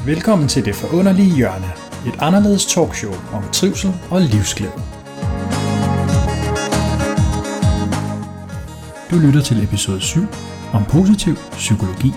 Velkommen til Det Forunderlige Hjørne, et anderledes talkshow om trivsel og livsglæde. Du lytter til episode 7 om positiv psykologi.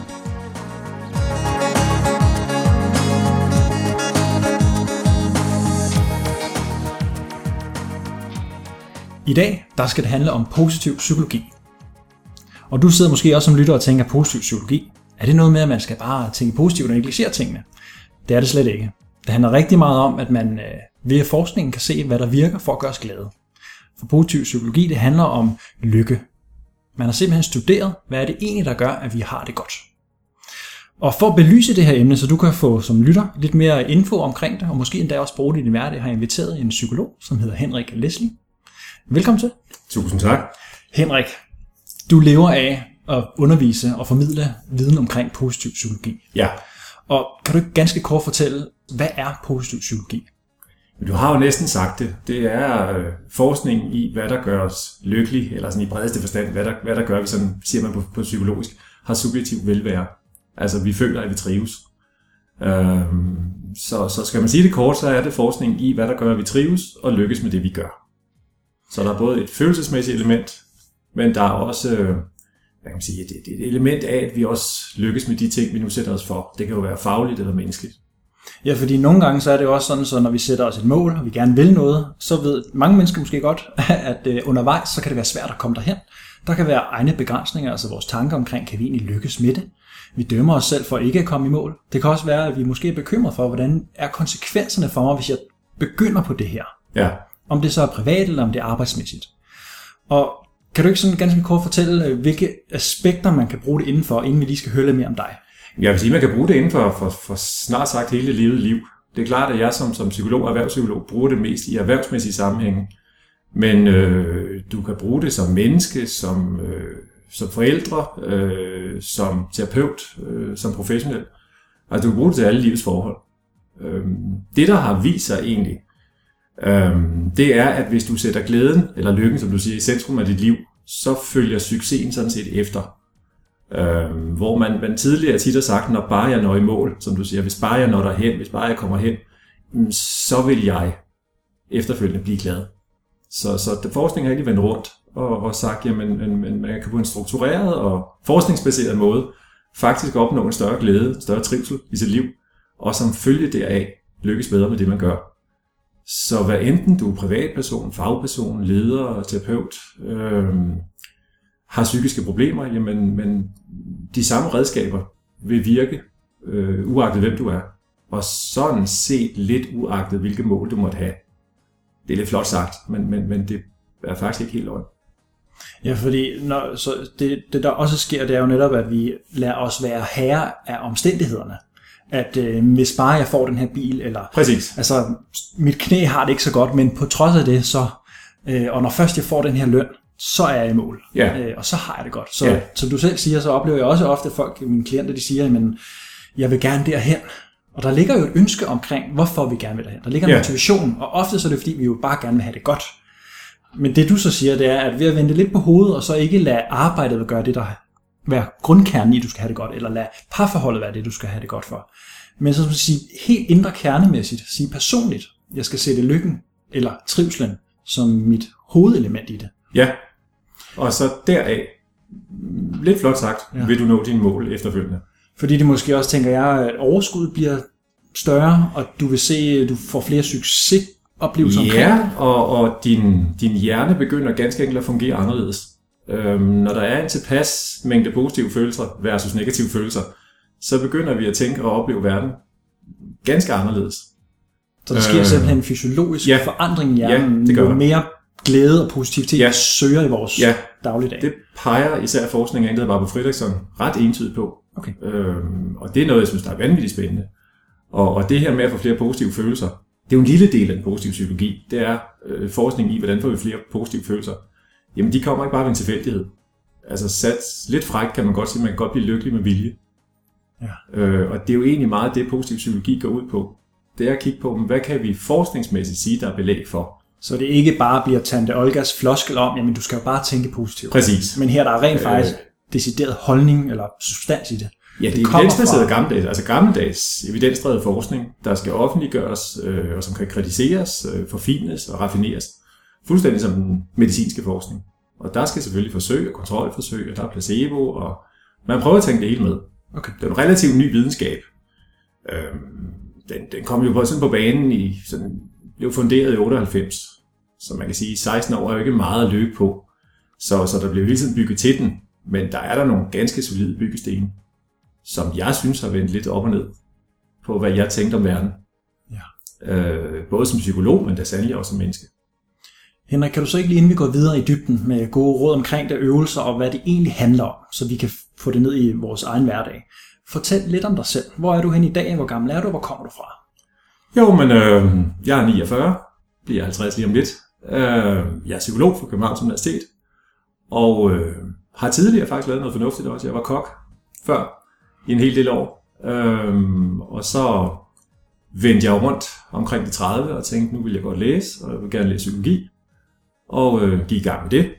I dag der skal det handle om positiv psykologi. Og du sidder måske også som lytter og tænker, positiv psykologi, er det noget med, at man skal bare tænke positivt og negligere tingene? Det er det slet ikke. Det handler rigtig meget om, at man via forskningen kan se, hvad der virker for at gøre os glade. For positiv psykologi, det handler om lykke. Man har simpelthen studeret, hvad er det egentlig, der gør, at vi har det godt. Og for at belyse det her emne, så du kan få som lytter lidt mere info omkring det, og måske endda også bruge det i din hverdag, har jeg inviteret en psykolog, som hedder Henrik Leslie. Velkommen til. Tusind tak. Henrik, du lever af at undervise og formidle viden omkring positiv psykologi. Ja. Og kan du ikke ganske kort fortælle, hvad er positiv psykologi? Du har jo næsten sagt det. Det er forskning i, hvad der gør os lykkelige, eller sådan i bredeste forstand, hvad der gør, vi sådan, siger man på psykologisk, har subjektiv velvære. Altså vi føler, at vi trives. Så skal man sige det kort, så er det forskning i, hvad der gør, at vi trives og lykkes med det, vi gør. Så der er både et følelsesmæssigt element, men der er også hvad kan man sige, et element af, at vi også lykkes med de ting, vi nu sætter os for. Det kan jo være fagligt eller menneskeligt. Ja, fordi nogle gange så er det jo også sådan, så når vi sætter os et mål, og vi gerne vil noget, så ved mange mennesker måske godt, at undervejs så kan det være svært at komme derhen. Der kan være egne begrænsninger, altså vores tanker omkring, kan vi egentlig lykkes med det? Vi dømmer os selv for ikke at komme i mål. Det kan også være, at vi måske er bekymret for, hvordan er konsekvenserne for mig, hvis jeg begynder på det her. Ja. Om det så er privat, eller om det er arbejdsmæssigt. Og kan du ikke sådan ganske kort fortælle, hvilke aspekter man kan bruge det indenfor, inden vi lige skal høre lidt mere om dig? Jeg vil sige, at man kan bruge det inden for snart sagt hele liv. Det er klart, at jeg som psykolog og erhvervspsykolog bruger det mest i erhvervsmæssige sammenhænge. Men du kan bruge det som menneske, som forældre, som terapeut, som professionel. Altså du kan bruge det til alle livets forhold. Det, der har vist sig egentlig, det er, at hvis du sætter glæden, eller lykken, som du siger, i centrum af dit liv, så følger succesen sådan set efter. Hvor man tidligere tit har sagt, når bare jeg når i mål, som du siger, hvis bare jeg når derhen, hvis bare jeg kommer hen, så vil jeg efterfølgende blive glad. Så forskningen har ikke vendt rundt og sagt, jamen man kan på en struktureret og forskningsbaseret måde faktisk opnå en større glæde, en større trivsel i sit liv, og som følge deraf lykkes bedre med det, man gør. Så hvad enten du er privatperson, fagperson, leder, terapeut, har psykiske problemer, jamen, men de samme redskaber vil virke, uagtet hvem du er, og sådan set lidt uagtet, hvilke mål du måtte have. Det er lidt flot sagt, men det er faktisk ikke helt løgn. Ja, fordi det der også sker, det er jo netop, at vi lader os være herre af omstændighederne. At hvis bare jeg får den her bil, eller præcis. Altså mit knæ har det ikke så godt, men på trods af det, så og når først jeg får den her løn, så er jeg i mål, og så har jeg det godt. Så som du selv siger, så oplever jeg også ofte folk, mine klienter, de siger, men jeg vil gerne derhen. Og der ligger jo et ønske omkring, hvorfor vi gerne vil derhen. Der ligger en motivation, og ofte så er det fordi, vi jo bare gerne vil have det godt. Men det du så siger, det er, at ved at vende lidt på hovedet, og så ikke lade arbejdet gøre det, der være grundkernen i, du skal have det godt, eller lade parforholdet være det, du skal have det godt for. Men så skal man sige, helt indre kernemæssigt, sige personligt, jeg skal sætte lykken eller trivslen som mit hovedelement i det. Ja, og så deraf, lidt flot sagt, vil du nå dine mål efterfølgende. Fordi det måske også, tænker jeg, at overskuddet bliver større, og du vil se, at du får flere succesoplevelser omkring. Ja, og din hjerne begynder ganske enkelt at fungere anderledes. Når der er en tilpas mængde positive følelser versus negative følelser, så begynder vi at tænke og opleve verden ganske anderledes. Så der sker simpelthen en fysiologisk forandring i hjernen, det gør jo mere glæde og positivitet søger i vores dagligdag. Det peger især forskningen af, der var på Fredriksson, ret entydigt på. Okay. Og det er noget, jeg synes, der er vanvittigt spændende. Og det her med at få flere positive følelser, det er jo en lille del af den positive psykologi. Det er forskning i, hvordan får vi flere positive følelser. Jamen, de kommer ikke bare ved en tilfældighed. Altså, sat lidt frækt kan man godt sige, at man kan godt blive lykkelig med vilje. Ja. Og det er jo egentlig meget det, positiv psykologi går ud på. Det er at kigge på, hvad kan vi forskningsmæssigt sige, der er belæg for. Så det ikke bare bliver Tante Olgas floskel om, jamen du skal jo bare tænke positivt. Præcis. Men her der er rent faktisk decideret holdning eller substans i det. Ja, det er evidensbaseret gammeldags, altså gammeldags evidensdrevet forskning, der skal offentliggøres, og som kan kritiseres, forfines og raffineres. Fuldstændig som den medicinske forskning. Og der skal selvfølgelig forsøg og kontrolforsøg, og der er placebo, og man prøver at tænke det hele med. Okay. Det er en relativt ny videnskab. Den kom jo sådan på banen blev funderet i 98, så man kan sige, 16 år er jo ikke meget at løbe på. Så der blev hele tiden bygget til den, men der er der nogle ganske solide byggesten, som jeg synes har vendt lidt op og ned på, hvad jeg tænkte om verden. Ja. Både som psykolog, men da sandelig også som menneske. Henrik, kan du så ikke lige inden vi går videre i dybden med gode råd omkring det øvelser og hvad det egentlig handler om, så vi kan få det ned i vores egen hverdag. Fortæl lidt om dig selv. Hvor er du hen i dag? Hvor gammel er du? Hvor kommer du fra? Jo, men jeg er 49, bliver 50 lige om lidt. Jeg er psykolog fra Københavns Universitet, og har tidligere faktisk lavet noget fornuftigt også. Jeg var kok før i en hel del år, og så vendte jeg rundt omkring de 30 og tænkte, nu vil jeg godt læse, og jeg vil gerne læse psykologi, og gik i gang med det.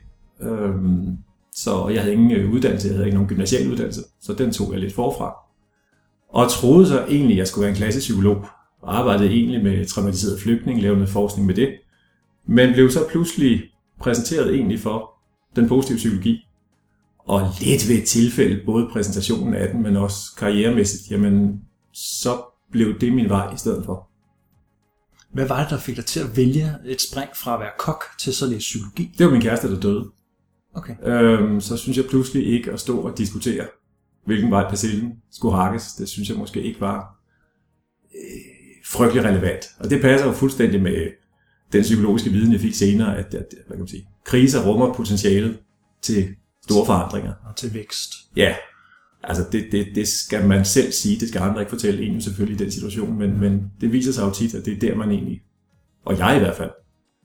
Så jeg havde ingen uddannelse, jeg havde ikke nogen gymnasial uddannelse, så den tog jeg lidt forfra. Og troede så egentlig, at jeg skulle være en klassisk psykolog, og arbejdede egentlig med traumatiserede flygtninge, lavede noget forskning med det, men blev så pludselig præsenteret egentlig for den positive psykologi. Og lidt ved et tilfælde, både præsentationen af den, men også karrieremæssigt, jamen så blev det min vej i stedet for. Hvad var det, der fik dig til at vælge et spring fra at være kok til så læse psykologi? Det var min kæreste, der døde. Okay. Så synes jeg pludselig ikke at stå og diskutere, hvilken vej persillen skulle hakkes. Det synes jeg måske ikke var frygtelig relevant. Og det passer jo fuldstændig med den psykologiske viden, jeg fik senere, at hvad kan man sige, kriser rummer potentialet til store forandringer. Og til vækst. Ja, altså det skal man selv sige, det skal andre ikke fortælle en selvfølgelig i den situation, men det viser sig jo tit, at det er der, man egentlig, og jeg i hvert fald,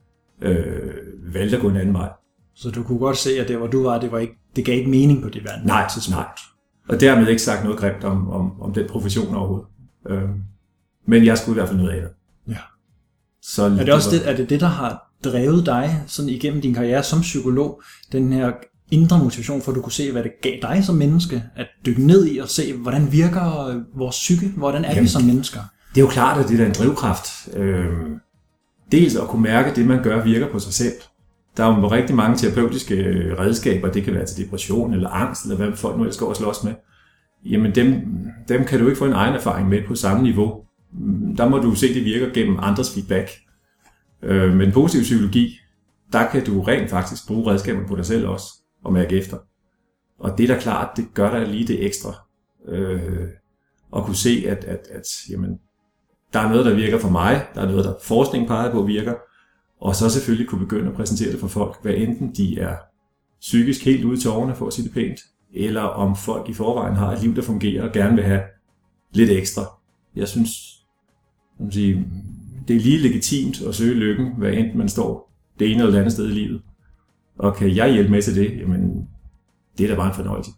valgte at gå en anden vej. Så du kunne godt se, at det, hvor du var, det gav ikke mening på det tidspunkt? Nej. Og dermed ikke sagt noget grimt om den profession overhovedet. Men jeg skulle i hvert fald noget af det. Ja. Så er det også det, der har drevet dig sådan igennem din karriere som psykolog, den her indre motivation for, at du kunne se, hvad det gav dig som menneske, at dykke ned i og se, hvordan virker vores psyke, hvordan er vi som mennesker? Det er jo klart, at det er en drivkraft. Dels at kunne mærke, at det, man gør, virker på sig selv. Der er jo rigtig mange terapeutiske redskaber, det kan være til depression eller angst, eller hvad folk nu ellers går og slås med. Jamen dem kan du ikke få en egen erfaring med på samme niveau. Der må du se, det virker gennem andres feedback. Men positiv psykologi, der kan du rent faktisk bruge redskaber på dig selv også, og mærke efter. Og det er da klart, det gør dig lige det ekstra. At kunne se, at jamen, der er noget, der virker for mig, der er noget, der forskning peger på virker, og så selvfølgelig kunne begynde at præsentere det for folk, hvad enten de er psykisk helt ude til årene, for at sige det pænt, eller om folk i forvejen har et liv, der fungerer, og gerne vil have lidt ekstra. Jeg synes, det er lige legitimt at søge lykken, hvad enten man står det ene eller andet sted i livet. Og kan jeg hjælpe med til det, jamen det er da bare en fornøjelse.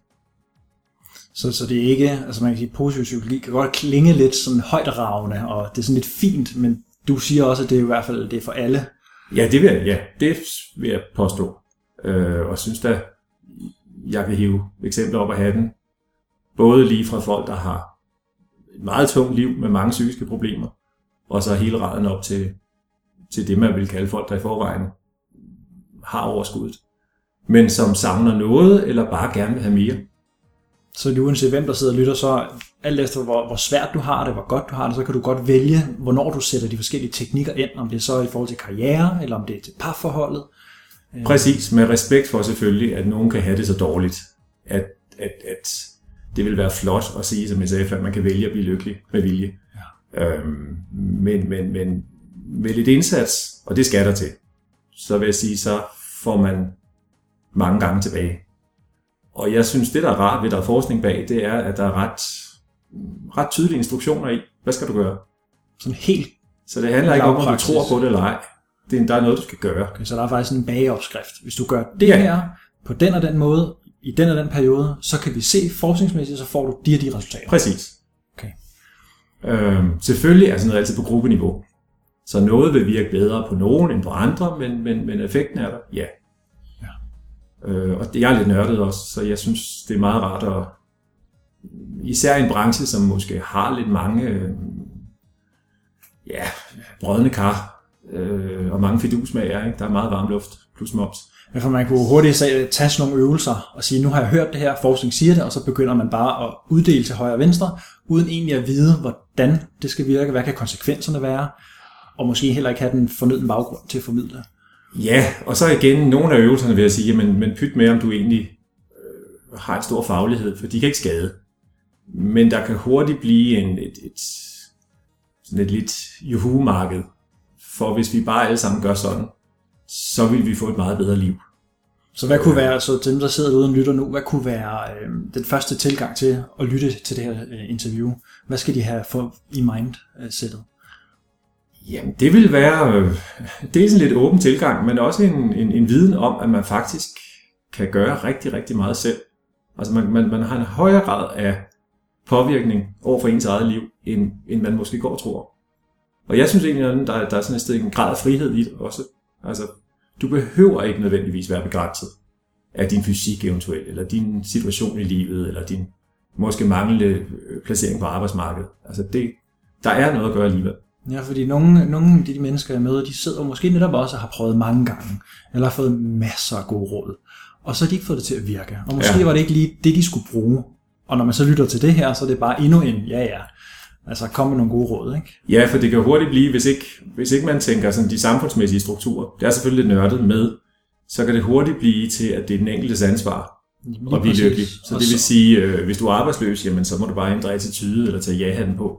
Så det er ikke, altså man kan sige, positiv psykologi kan godt klinge lidt sådan højtravende, og det er sådan lidt fint, men du siger også, at det er i hvert fald det er for alle. Ja, det vil jeg påstå. Og synes da, jeg kan hive eksempler op af hatten, både lige fra folk, der har et meget tungt liv med mange psykiske problemer, og så hele raden op til det, man vil kalde folk, der i forvejen har overskuddet, men som savner noget, eller bare gerne vil have mere. Så uanset hvem der sidder og lytter, så alt efter hvor svært du har det, hvor godt du har det, så kan du godt vælge, hvornår du sætter de forskellige teknikker ind, om det er så i forhold til karriere, eller om det er til parforholdet. Præcis, med respekt for selvfølgelig, at nogen kan have det så dårligt, at det vil være flot at sige, som jeg sagde, at man kan vælge at blive lykkelig med vilje. Ja. Men med lidt indsats, og det skal der til, så vil jeg sige, så får man mange gange tilbage. Og jeg synes, det der er rart ved, der er forskning bag, det er, at der er ret tydelige instruktioner i, hvad skal du gøre? Sådan helt. Så det handler ikke om, om du tror på det eller ej. Der er noget, du skal gøre. Okay, så der er faktisk en bageopskrift. Hvis du gør det her, på den og den måde, i den og den periode, så kan vi se forskningsmæssigt, så får du de resultater. Præcis. Okay. Selvfølgelig er sådan noget altid på gruppeniveau. Så noget vil virke bedre på nogen end på andre, men effekten er der, ja. Og jeg er lidt nørdet også, så jeg synes, det er meget rart især en branche, som måske har lidt mange brødne kar og mange fidusmager, ikke? Der er meget varm luft plus moms. Ja, for man kunne hurtigt tage sådan nogle øvelser og sige, nu har jeg hørt det her, forskning siger det, og så begynder man bare at uddele til højre og venstre, uden egentlig at vide, hvordan det skal virke, hvad kan konsekvenserne være, og måske heller ikke have den fornødne baggrund til at formidle. Ja, og så igen, nogle af øvelserne vil jeg sige, men pyt med, om du egentlig har en stor faglighed, for de kan ikke skade. Men der kan hurtigt blive et lidt juhu-marked, for hvis vi bare alle sammen gør sådan, så vil vi få et meget bedre liv. Så hvad kunne være, så til dem, der sidder derude og lytter nu, hvad kunne være den første tilgang til at lytte til det her interview? Hvad skal de have for i mindsættet? Jamen, det vil være dels en lidt åben tilgang, men også en viden om, at man faktisk kan gøre rigtig, rigtig meget selv. Altså man har en højere grad af påvirkning over for ens eget liv, end man måske går og tror. Og jeg synes egentlig, at der er sådan et sted en grad af frihed i det også. Altså, du behøver ikke nødvendigvis være begrænset af din fysik eventuelt, eller din situation i livet, eller din måske manglende placering på arbejdsmarkedet. Altså, der er noget at gøre alligevel. Ja, fordi nogle af de mennesker, jeg møder, de sidder måske netop også og har prøvet mange gange, eller har fået masser af gode råd, og så har de ikke fået det til at virke. Og måske var det ikke lige det, de skulle bruge. Og når man så lytter til det her, så er det bare endnu en, altså kom med nogle gode råd, ikke? Ja, for det kan hurtigt blive, hvis ikke man tænker sådan de samfundsmæssige strukturer, det er selvfølgelig lidt nørdet med, så kan det hurtigt blive til, at det er den enkeltes ansvar at blive lykkelig. Så det vil sige, hvis du er arbejdsløs, jamen så må du bare ændre attitude eller tage ja-hatten på.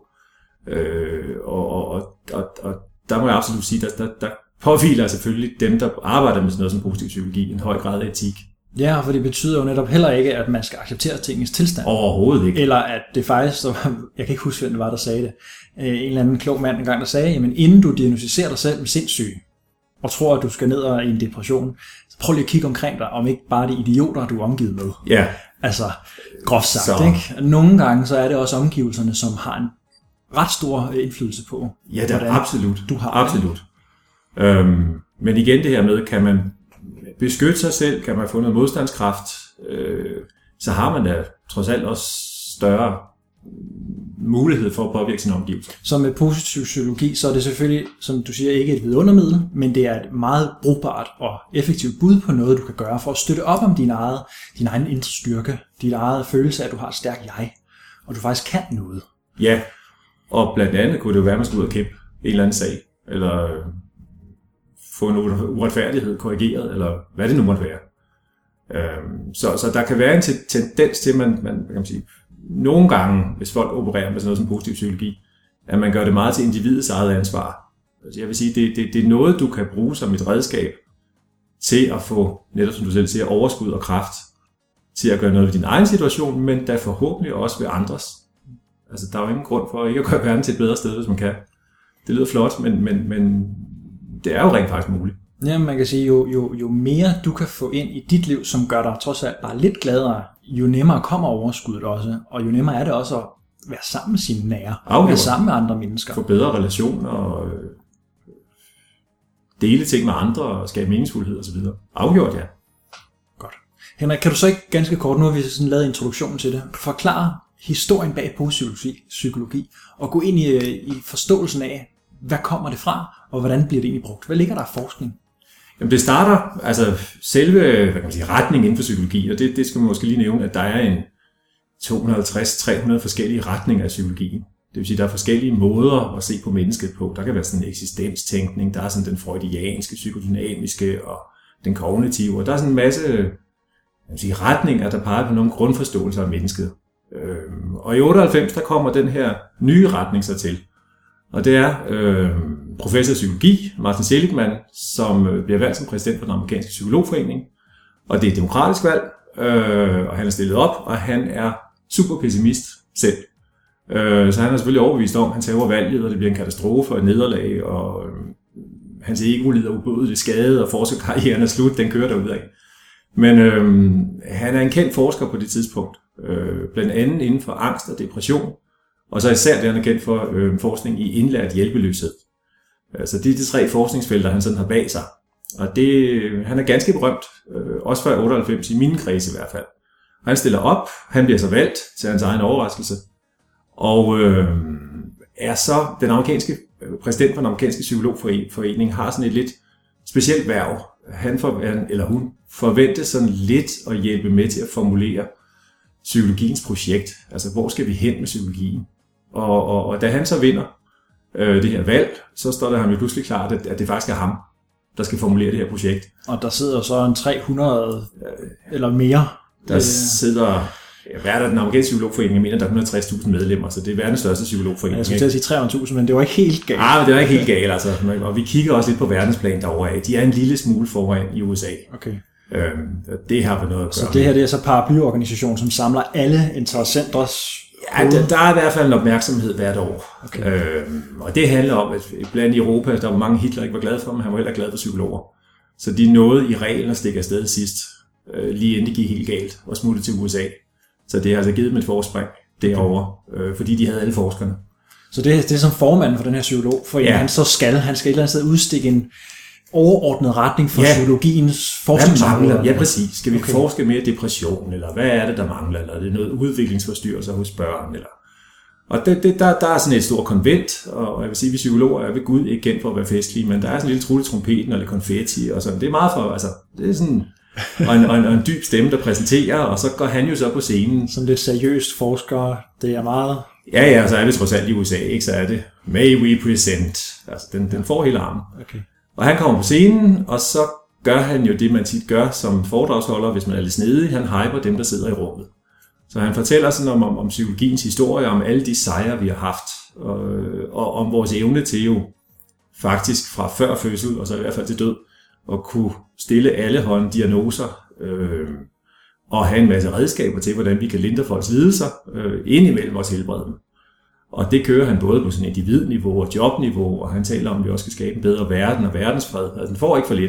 Og der må jeg absolut sige, der påhviler selvfølgelig dem, der arbejder med sådan noget som positiv psykologi, en høj grad af etik. Ja, for det betyder jo netop heller ikke, at man skal acceptere tingens tilstand. Overhovedet ikke. Eller at det faktisk, jeg kan ikke huske, hvem det var, der sagde det, en eller anden klog mand engang, der sagde, jamen inden du diagnostiserer dig selv med sindssyg, og tror, at du skal ned og i en depression, så prøv lige at kigge omkring dig, om ikke bare de idioter, du er omgivet med. Ja. Altså, groft sagt, ikke? Nogle gange, så er det også omgivelserne, som har en ret stor indflydelse på, ja, det er absolut. Du har. Absolut. Men igen det her med, kan man beskytte sig selv, kan man få noget modstandskraft, så har man da trods alt også større mulighed for at påvirke sine omgivelser. Så med positiv psykologi, så er det selvfølgelig, som du siger, ikke et vidundermiddel, men det er et meget brugbart og effektivt bud på noget, du kan gøre for at støtte op om din egen indre styrke, din eget følelse af, at du har et stærkt jeg, og du faktisk kan noget. Ja, og blandt andet kunne det jo være, at man skulle ud og kæmpe en eller anden sag, eller få en uretfærdighed korrigeret, eller hvad det nu måtte være. Så der kan være en tendens til, man kan sige, nogle gange, hvis folk opererer med sådan noget som positiv psykologi, at man gør det meget til individets eget ansvar. Altså jeg vil sige, det er noget, du kan bruge som et redskab til at få, netop som du selv siger, overskud og kraft til at gøre noget ved din egen situation, men da forhåbentlig også ved andres. Altså der er jo ingen grund for ikke at gøre verden til et bedre sted, hvis man kan. Det lyder flot, men det er jo rent faktisk muligt. Ja, man kan sige, jo mere du kan få ind i dit liv, som gør dig trods alt bare lidt gladere, jo nemmere kommer overskuddet også, og jo nemmere er det også at være sammen med sine nære, være sammen med andre mennesker. Få bedre relationer, og dele ting med andre, og skabe meningsfuldhed osv. Afgjort, ja. Godt. Henrik, kan du så ikke ganske kort, nu har vi sådan lavet introduktionen til det, forklare historien bag positiv psykologi, og gå ind i forståelsen af, hvad kommer det fra, og hvordan bliver det egentlig brugt? Hvad ligger der af forskning? Jamen det starter, altså selve retningen inden for psykologi, og det skal man måske lige nævne, at der er en 250-300 forskellige retninger af psykologien. Det vil sige, at der er forskellige måder at se på mennesket på. Der kan være sådan en eksistenstænkning, der er sådan den freudianske, psykodynamiske og den kognitive, og der er sådan en masse retninger, der peger på nogle grundforståelser af mennesket. Og i 98, der kommer den her nye retning så til. Og det er professor i psykologi, Martin Seligman, som bliver valgt som præsident for den amerikanske psykologforening. Og det er et demokratisk valg, og han er stillet op, og han er super pessimist selv. Så han er selvfølgelig overbevist om, at han tager valget, og det bliver en katastrofe og et nederlag, og hans ego lider ubødelig skade, og forskerkarrieren er slut, den kører derudad. Men han er en kendt forsker på det tidspunkt, blandt andet inden for angst og depression, og så især det, han er kendt for forskning i indlært hjælpeløshed. Så det er de 3 forskningsfelter, han sådan har bag sig. Og han er ganske berømt, også fra 98 i mine kredse i hvert fald. Han stiller op, han bliver så valgt til hans egen overraskelse, og er så den amerikanske præsident for den amerikanske psykologforening, har sådan et lidt specielt hverv. Hun forventes sådan lidt at hjælpe med til at formulere psykologiens projekt. Altså, hvor skal vi hen med psykologien? Og da han så vinder det her valg, så står der ham jo pludselig klart, at det faktisk er ham, der skal formulere det her projekt. Og der sidder så en 300 eller mere. Der sidder... Hvad er der den amerikanske psykologforening? Jeg mener, der er 160.000 medlemmer, så det er verdens største psykologforening. Jeg skulle til at sige 300.000, men det var ikke helt galt. Men det var ikke helt galt, altså. Og vi kigger også lidt på verdensplan derovre af. De er en lille smule foran i USA. Okay. Det har vi noget at gøre. Så det her det er så paraplyorganisation, som samler alle interessenters... Ja, der er i hvert fald en opmærksomhed hvert år. Okay. Og det handler om, at blandt i Europa, der var mange Hitler ikke var glad for, men han var heller glad for psykologer. Så de nåede i reglen at stikke afsted sidst, lige inden det gik helt galt, og smutte til USA. Så det har altså givet dem et forspring derovre, fordi de havde alle forskerne. Så det er som formanden for den her psykolog, for han skal et eller andet sted udstikke en overordnet retning for psykologiens forskningsområder. Ja, præcis. Skal vi forske mere depression, eller hvad er det, der mangler, eller er det noget udviklingsforstyrrelser hos børn, eller... Og der er sådan et stort konvent, og jeg vil sige, at vi psykologer er ved Gud ikke kendt for at være festlige, men der er sådan en lille trulle trompeten eller konfetti, og sådan. Det er meget for, altså, det er sådan... og en dyb stemme, der præsenterer, og så går han jo så på scenen. Som lidt seriøst forsker, det er meget... Ja, og så er det trods alt i USA, ikke? Så er det, may we present. Altså, den får hele armen. Okay. Og han kommer på scenen, og så gør han jo det, man tit gør som foredragsholder, hvis man er lidt snedig. Han hyper dem, der sidder i rummet. Så han fortæller sådan om psykologiens historie, om alle de sejre, vi har haft, og om vores evne til jo faktisk fra før fødsel, og så i hvert fald til død, at kunne stille alle hånde diagnoser, og have en masse redskaber til, hvordan vi kan lindre folks lidelser, indimellem også helbrede dem. Og det kører han både på sådan individniveau og jobniveau, og han taler om, at vi også skal skabe en bedre verden og verdensfred. Altså, den får ikke for lidt.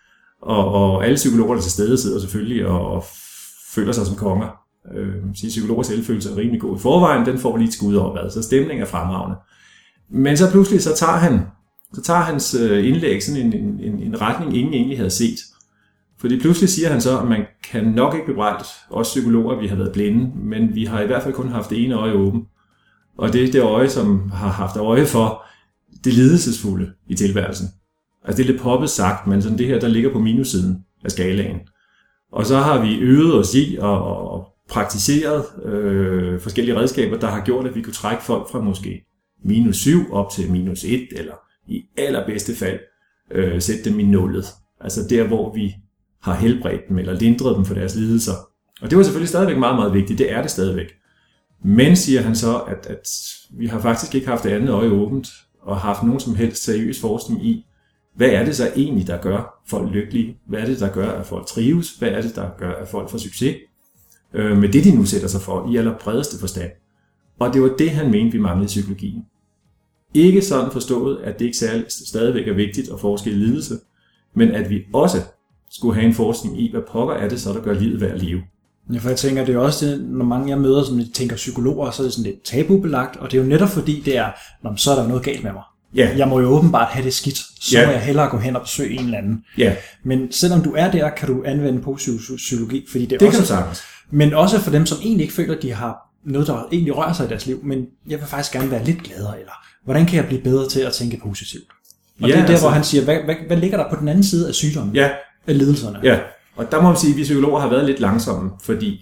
Og alle psykologer, der til stede, sidder selvfølgelig og føler sig som konger. Psykologers selvfølelse er rimelig god i forvejen, den får lige et skud over, så stemningen er fremragende. Men så pludselig, så tager hans indlæg sådan en retning, ingen egentlig havde set. Fordi pludselig siger han så, at man kan nok ikke bebrejde os psykologer, at vi har været blinde, men vi har i hvert fald kun haft det ene øje åbent. Og det er det øje, som har haft øje for det lidelsesfulde i tilværelsen. Altså det er lidt poppet sagt, men sådan det her, der ligger på minussiden af skalaen. Og så har vi øvet os i og praktiseret forskellige redskaber, der har gjort, at vi kunne trække folk fra måske -7 op til -1, eller i allerbedste fald sætte dem i nullet. Altså der, hvor vi har helbredt dem, eller lindret dem for deres lidelser. Og det var selvfølgelig stadigvæk meget, meget vigtigt. Det er det stadigvæk. Men siger han så, at vi har faktisk ikke haft det andet øje åbent, og haft nogen som helst seriøs forskning i, hvad er det så egentlig, der gør folk lykkelige? Hvad er det, der gør, at folk trives? Hvad er det, der gør, at folk får succes? Med det, de nu sætter sig for, i allerbredeste forstand. Og det var det, han mente, vi manglede i psykologien. Ikke sådan forstået, at det ikke stadigvæk er vigtigt at forske i lidelse, men at vi også skulle have en forskning i, hvad pokker er det så, der gør livet værd at leve. Ja, for jeg tænker, det er også det, når mange jeg møder, som tænker psykologer, så er det sådan lidt tabubelagt, og det er jo netop fordi, det er, så er der noget galt med mig. Yeah. Jeg må jo åbenbart have det skidt, så må jeg hellere gå hen og besøge en eller anden. Yeah. Men selvom du er der, kan du anvende positiv psykologi, fordi det også, kan du sagtens. Men også for dem, som egentlig ikke føler, at de har noget, der egentlig rører sig i deres liv, men jeg vil faktisk gerne være lidt gladere, eller hvordan kan jeg blive bedre til at tænke positivt? Og det er der, hvor han siger, hvad ligger der på den anden side af sygdommen? Af lidelserne? Ja, og der må man sige, at vi psykologer har været lidt langsomme, fordi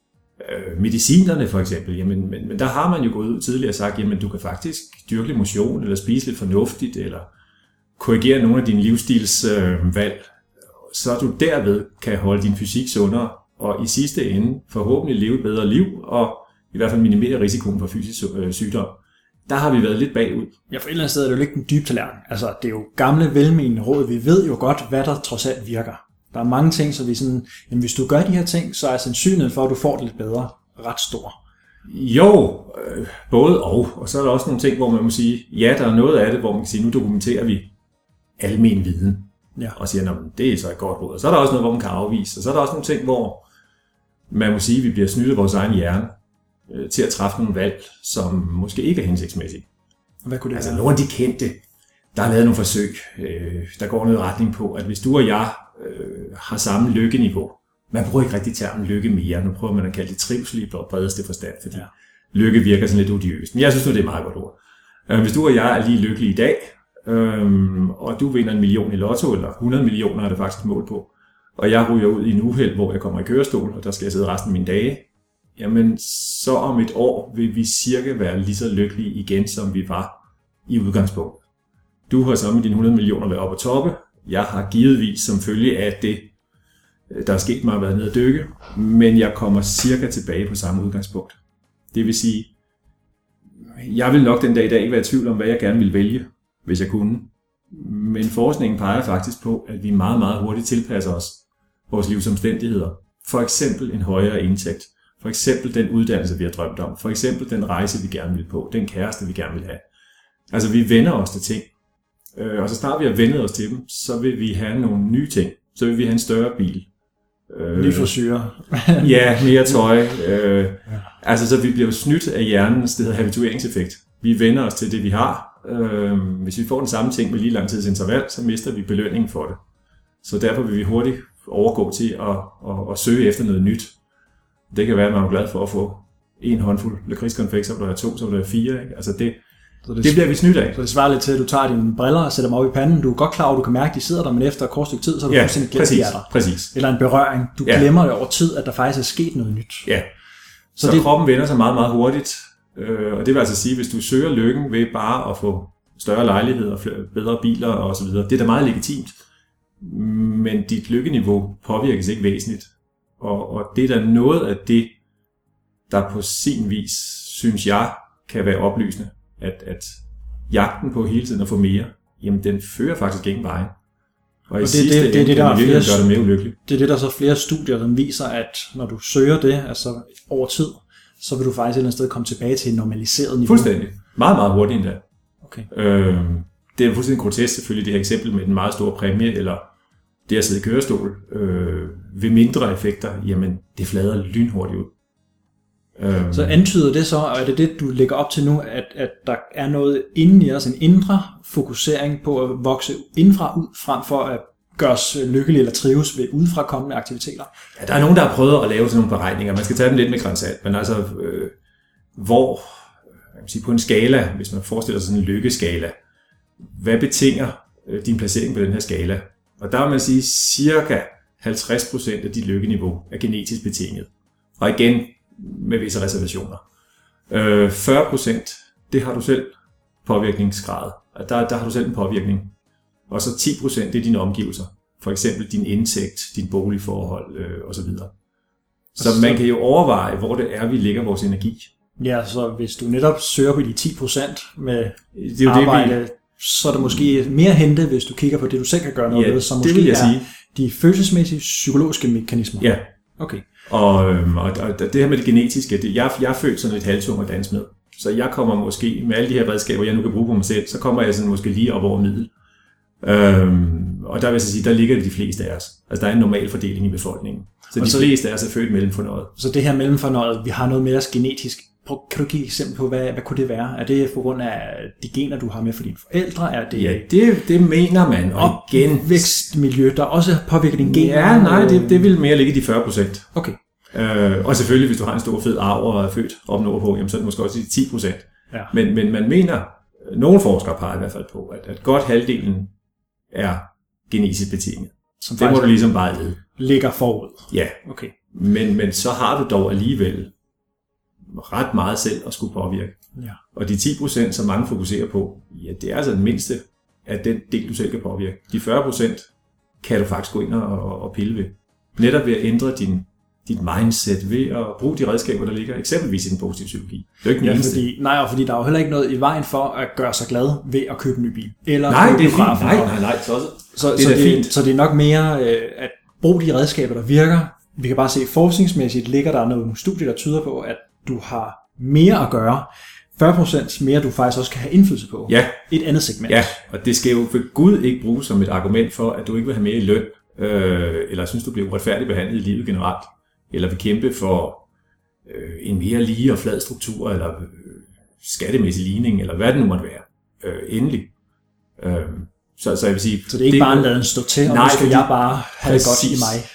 medicinerne for eksempel, jamen, men der har man jo gået ud tidligere og sagt, jamen du kan faktisk dyrke lidt motion, eller spise lidt fornuftigt, eller korrigere nogle af dine livsstilsvalg, så du derved kan holde din fysik sundere, og i sidste ende forhåbentlig leve et bedre liv, og i hvert fald minimere risikoen for fysisk sygdom. Der har vi været lidt bagud. Ja, for et eller andet sted er det jo ikke en dyb tallerken. Altså, det er jo gamle, velmenende råd. Vi ved jo godt, hvad der trods alt virker. Der er mange ting, så vi sådan, jamen hvis du gør de her ting, så er sandsynligheden for, at du får det lidt bedre, ret stor. Jo, både og så er der også nogle ting, hvor man må sige, ja, der er noget af det, hvor man kan sige, nu dokumenterer vi almen viden, og siger, det er så et godt råd. Og så er der også noget, hvor man kan afvise, og så er der også nogle ting, hvor man må sige, at vi bliver snydt af vores egen hjerne til at træffe nogle valg, som måske ikke er hensigtsmæssige. Hvad kunne det være? Nogle af de kendte, der er lavet nogle forsøg, der går noget retning på, at hvis du og jeg har samme lykkeniveau, man bruger ikke rigtig termen lykke mere. Nu prøver man at kalde det trivsel i bredeste forstand, fordi lykke virker sådan lidt odiøst. Men jeg synes nu, det er et meget godt ord. Hvis du og jeg er lige lykkelige i dag, og du vinder 1 million i lotto, eller 100 millioner er det faktisk mål på, og jeg ryger ud i en uheld, hvor jeg kommer i kørestol, og der skal jeg sidde resten af mine dage, jamen så om et år vil vi cirka være lige så lykkelige igen, som vi var i udgangspunktet. Du har så med dine 100 millioner været oppe på toppe. Jeg har givetvis som følge af det, der er sket mig, har været nede at dykke, men jeg kommer cirka tilbage på samme udgangspunkt. Det vil sige, jeg vil nok den dag i dag ikke være i tvivl om, hvad jeg gerne vil vælge, hvis jeg kunne. Men forskningen peger faktisk på, at vi meget, meget hurtigt tilpasser os vores livsomstændigheder. For eksempel en højere indtægt. For eksempel den uddannelse, vi har drømt om. For eksempel den rejse, vi gerne vil på. Den kæreste, vi gerne vil have. Altså, vi vender os til ting. Og så snart vi har vendet os til dem, så vil vi have nogle nye ting. Så vil vi have en større bil. Ny frisyre. Ja, mere tøj. Altså, så vi bliver snydt af hjernens, det hedder habitueringseffekt. Vi vender os til det, vi har. Hvis vi får den samme ting med lige lang tids interval, så mister vi belønningen for det. Så derfor vil vi hurtigt overgå til at søge efter noget nyt. Det kan være, at man er glad for at få en håndfuld lakridskonfekt, så vil der være 2, så vil der være 4. Ikke? Altså det bliver vi snydt af. Så det svarer lidt til, at du tager dine briller og sætter dem op i panden. Du er godt klar over, at du kan mærke, at de sidder der, men efter et kort stykke tid, så er du fuldstændig glemt, de er der. Præcis. Eller en berøring. Du glemmer det over tid, at der faktisk er sket noget nyt. Ja. Så kroppen vender sig meget, meget hurtigt. Og det vil altså sige, at hvis du søger lykken ved bare at få større lejligheder, bedre biler og så videre, det er da meget legitimt. Men dit lykkeniveau påvirkes ikke væsentligt. Og det er da noget af det, der på sin vis, synes jeg, kan være oplysende. At jagten på hele tiden at få mere, jamen den fører faktisk ingen vejen. Og i sidste ende, det gør det mere ulykkeligt. Det er det, der er så flere studier, der viser, at når du søger det, altså over tid, så vil du faktisk et eller andet sted komme tilbage til et normaliseret niveau. Fuldstændig. Meget, meget hurtigt endda. Okay. Det er fuldstændig grotesk selvfølgelig, det her eksempel med den meget store præmie, eller det at sidde i kørestol, ved mindre effekter, jamen det flader lynhurtigt ud. Så antyder det så, og er det det, du lægger op til nu, at der er noget inden i os, en indre fokusering på at vokse indenfra ud, frem for at gøre os lykkelige eller trives ved udefra kommende aktiviteter? Ja, der er nogen, der har prøvet at lave sådan nogle beregninger. Man skal tage dem lidt med gran salt, men altså, hvor, jeg vil sige, på en skala, hvis man forestiller sig sådan en lykkeskala, hvad betinger din placering på den her skala? Og der vil man sige, cirka 50% af dit lykkeniveau er genetisk betinget. Og igen, med visse reservationer. 40%, det har du selv påvirkningsgrad. Der har du selv en påvirkning. Og så 10% det er dine omgivelser. For eksempel din indtægt, din boligforhold osv. Så man kan jo overveje, hvor det er, vi lægger vores energi. Ja, så hvis du netop søger på de 10% med det arbejde, så er der måske mere at hente, hvis du kigger på det, du selv kan gøre noget ved, som måske er de følelsesmæssige, psykologiske mekanismer. Ja. Okay. Og det her med det genetiske, jeg er født sådan et halvtung at danse med. Så jeg kommer måske, med alle de her redskaber, jeg nu kan bruge på mig selv, så kommer jeg sådan måske lige op over middel. Og der vil jeg så sige, der ligger det de fleste af os. Altså der er en normal fordeling i befolkningen. Så de fleste af os er født mellemfornøjet. Så det her mellemfornøjet, vi har noget mere genetisk. Kan du give et eksempel på, hvad kunne det være? Er det på grund af de gener, du har med for dine forældre? Er det ja, det mener man. Og igen, vækstmiljø, der også påvirker dine gener? Ja, nej, det vil mere ligge i de 40%. Okay. Og selvfølgelig, hvis du har en stor fed arv og er født op nordpå, jamen, så er det måske også de 10%. Ja. Men man mener, nogle forskere peger i hvert fald på, at godt halvdelen er genetisk betinget. Som det må du ligesom bare lede. Ligger forud? Ja. Okay. Men så har du dog alligevel ret meget selv at skulle påvirke. Ja. Og de 10%, som mange fokuserer på, ja, det er altså den mindste af den del, du selv kan påvirke. De 40% kan du faktisk gå ind og pille ved. Netop ved at ændre dit mindset, ved at bruge de redskaber, der ligger eksempelvis i den positive psykologi. Det er jo ikke den eneste. Fordi der er jo heller ikke noget i vejen for at gøre sig glad ved at købe en ny bil. Eller nej, det er fint. Nej. Så det er nok mere at bruge de redskaber, der virker. Vi kan bare se, forskningsmæssigt ligger der nogle studier, der tyder på, at du har mere at gøre. 40% mere, du faktisk også kan have indflydelse på. Ja. Et andet segment. Ja, og det skal jo for Gud ikke bruges som et argument for, at du ikke vil have mere i løn, eller synes, du bliver uretfærdigt behandlet i livet generelt, eller vil kæmpe for en mere lige og flad struktur, eller skattemæssig ligning, eller hvad det nu måtte være. Endelig. Så jeg vil sige... Så det er ikke bare en lade stå til, og nu skal jeg bare have det godt i mig.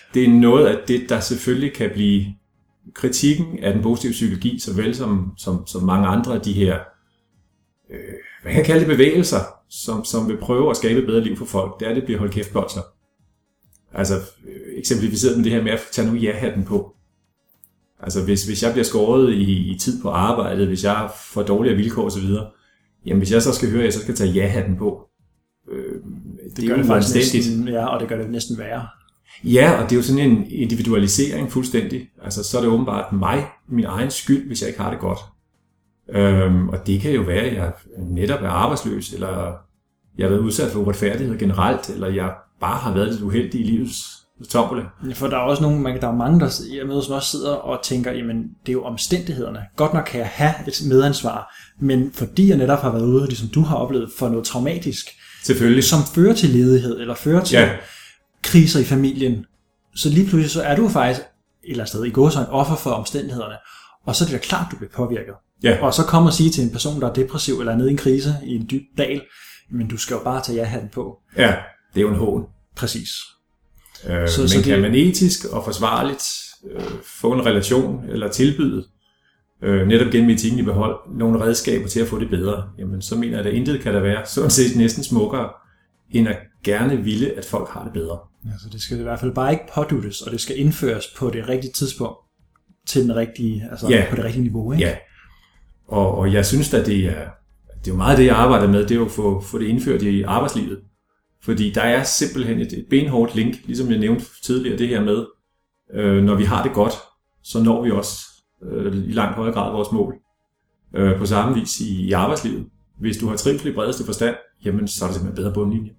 det er noget af det, der selvfølgelig kan blive kritikken af den positive psykologi, såvel som mange andre af de her, hvad kan jeg kalde det, bevægelser, som vil prøve at skabe et bedre liv for folk. Det er, det bliver holdt kæft bolser. Altså eksemplificeret med det her med at tage nu ja-hatten på. Altså hvis jeg bliver skåret i tid på arbejdet, hvis jeg får dårligere vilkår osv., jamen hvis jeg så skal høre, at jeg så skal tage ja-hatten på, det gør det faktisk næsten, ja, og det gør det næsten værre. Ja, og det er jo sådan en individualisering fuldstændig. Altså så er det åbenbart min egen skyld, hvis jeg ikke har det godt. Og det kan jo være, at jeg netop er arbejdsløs, eller jeg har været udsat for uretfærdighed generelt, eller jeg bare har været lidt uheldig i livets tombola. For der er også der er mange, jeg møder, som også sidder og tænker, jamen det er jo omstændighederne. Godt nok kan jeg have et medansvar, men fordi jeg netop har været ude, ligesom du har oplevet, for noget traumatisk, selvfølgelig, som fører til ledighed, eller fører til kriser i familien, så lige pludselig så er du faktisk et eller andet sted i gåseøjne offer for omstændighederne, og så er det da klart, du bliver påvirket. Ja. Og så kommer og sige til en person, der er depressiv eller er nede i en krise i en dyb dal, men du skal jo bare tage ja-hatten på. Ja, det er jo en hån. Præcis. Men kan man etisk og forsvarligt få en relation eller tilbyde, netop gennem etikken i behold, nogle redskaber til at få det bedre, jamen så mener jeg, at intet kan der være sådan set næsten smukkere, end at gerne ville, at folk har det bedre. Ja, så det skal i hvert fald bare ikke påduttes, og det skal indføres på det rigtige tidspunkt, til den rigtige, på det rigtige niveau, ikke? Ja, og jeg synes at det er jo meget det, jeg arbejder med, det er jo at få det indført i arbejdslivet. Fordi der er simpelthen et benhårdt link, ligesom jeg nævnte tidligere, det her med, når vi har det godt, så når vi også i langt højere grad vores mål. På samme vis i arbejdslivet. Hvis du har trivsel i bredeste forstand, jamen så er det simpelthen bedre bundlinje.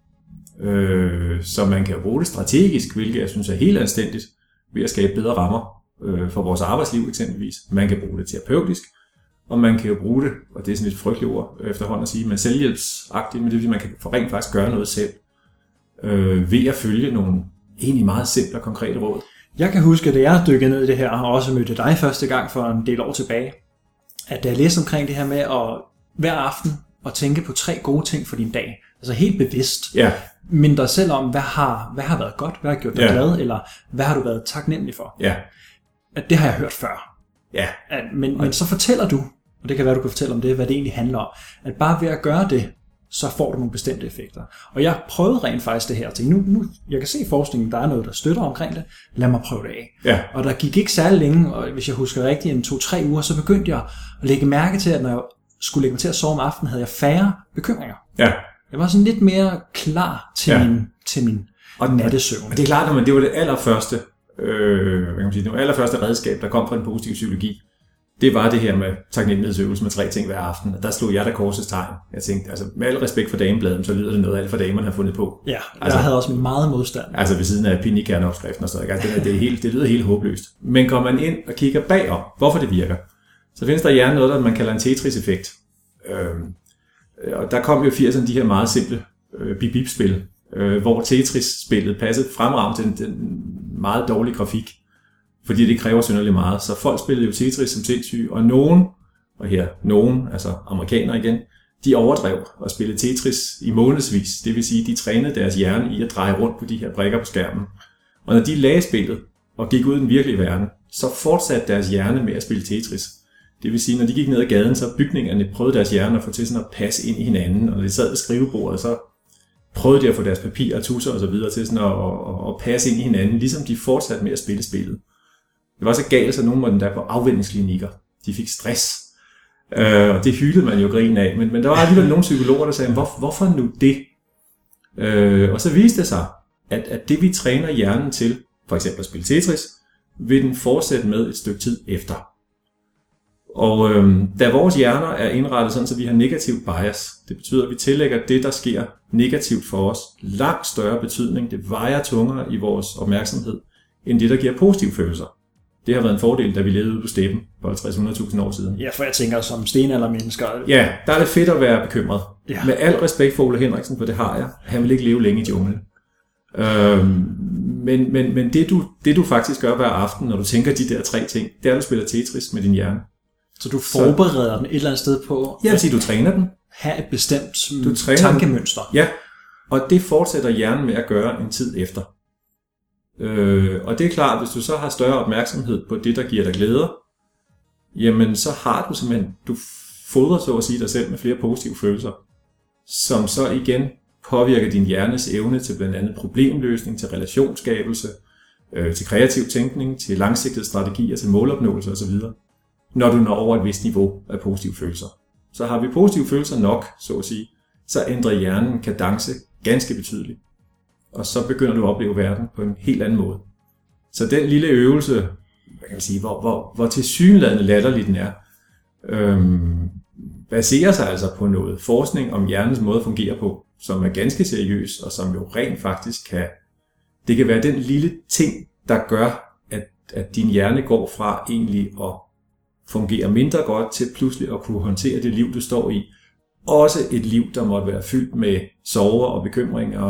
Så man kan bruge det strategisk, hvilket jeg synes er helt anstændigt, ved at skabe bedre rammer for vores arbejdsliv eksempelvis. Man kan bruge det terapeutisk, og man kan jo bruge det, og det er sådan et frygteligt ord efterhånden at sige, men selvhjælpsagtigt, men det vil sige, man kan for rent faktisk gøre noget selv, ved at følge nogle egentlig meget simple og konkrete råd. Jeg kan huske, at jeg dykkede ned i det her, og også mødte dig første gang for en del år tilbage, at da jeg læste omkring det her med at hver aften at tænke på 3 gode ting for din dag, altså helt bevidst, men dig selv om, hvad har været godt, hvad har gjort dig glad, eller hvad har du været taknemmelig for. Ja. At det har jeg hørt før. Ja. Men så fortæller du, og det kan være, du kan fortælle om det, hvad det egentlig handler om, at bare ved at gøre det, så får du nogle bestemte effekter. Og jeg prøvede rent faktisk det her til. Nu jeg kan se i forskningen, der er noget, der støtter omkring det. Lad mig prøve det af. Ja. Og der gik ikke særlig længe, og hvis jeg husker rigtigt, en 2-3 uger, så begyndte jeg at lægge mærke til, at når jeg skulle lægge mig til at sove om aftenen, havde jeg færre bekymringer. Ja. Jeg var sådan lidt mere klar til min nattesøvn. Og det er klart, at det var det allerførste, det allerførste redskab, der kom fra den positive psykologi. Det var det her med taknemmelighedsøvelse med 3 ting hver aften. Og der slog jeg da korsets tegn. Jeg tænkte, altså med al respekt for damebladen, så lyder det noget, alt for damerne har fundet på. Ja, jeg havde også meget modstand. Altså ved siden af pinjekerneopskriften og sådan noget. Altså, det lyder helt håbløst. Men går man ind og kigger bagom, hvorfor det virker, så findes der i hjernen noget, der man kalder en Tetris-effekt. Og der kom jo i 80'erne de her meget simple bip-bip-spil, hvor Tetris-spillet passede fremragende til den meget dårlige grafik, fordi det kræver synderligt meget. Så folk spillede jo Tetris som sindssyge, og nogen, altså amerikanere igen, de overdrev og spillede Tetris i månedsvis. Det vil sige, de trænede deres hjerne i at dreje rundt på de her brikker på skærmen. Og når de lagde spillet og gik ud i den virkelige verden, så fortsatte deres hjerne med at spille Tetris. Det vil sige, når de gik ned ad gaden, så bygningerne prøvede deres hjerne at få til sådan at passe ind i hinanden, og når de sad ved skrivebordet, så prøvede de at få deres papir og tusser og så videre til sådan at passe ind i hinanden, ligesom de fortsatte med at spille spillet. Det var så galt, så nogen måtte der på afvendingsklinikker. De fik stress. Og det hyldede man jo grin af. Men der var alligevel nogle psykologer, der sagde, hvorfor nu det? Og så viste det sig, at det vi træner hjernen til, for eksempel at spille Tetris, vil den fortsætte med et stykke tid efter. Og da vores hjerner er indrettet sådan, så vi har negativ bias, det betyder, at vi tillægger det, der sker negativt for os, langt større betydning. Det vejer tungere i vores opmærksomhed, end det, der giver positive følelser. Det har været en fordel, da vi levede ude på steppen for 50-100.000 år siden. Ja, for jeg tænker som stenaldermennesker. Ja, der er det fedt at være bekymret. Ja. Med al respekt for Ole Henriksen, for det har jeg. Han vil ikke leve længe i junglen. Men det du faktisk gør hver aften, når du tænker de der 3 ting, det er, at du spiller Tetris med din hjerne. Så du forbereder den et eller andet sted på? Jeg vil sige, du træner den. Have et bestemt tankemønster. Ja, og det fortsætter hjernen med at gøre en tid efter. Og det er klart, hvis du så har større opmærksomhed på det, der giver dig glæder, jamen så har du simpelthen, du fodrer så at sige dig selv med flere positive følelser, som så igen påvirker din hjernes evne til blandt andet problemløsning, til relationsskabelse, til kreativ tænkning, til langsigtede strategier, til målopnåelse osv. Når du når over et vist niveau af positive følelser. Så har vi positive følelser nok, så at sige, så ændrer hjernen kadence ganske betydeligt. Og så begynder du at opleve verden på en helt anden måde. Så den lille øvelse, hvad kan man sige, hvor tilsyneladende latterlig den er, baserer sig altså på noget forskning om hjernens måde at fungere på, som er ganske seriøs, og som jo rent faktisk det kan være den lille ting, der gør, at din hjerne går fra egentlig at fungere mindre godt til pludselig at kunne håndtere det liv, du står i. Også et liv, der måtte være fyldt med sorger og bekymringer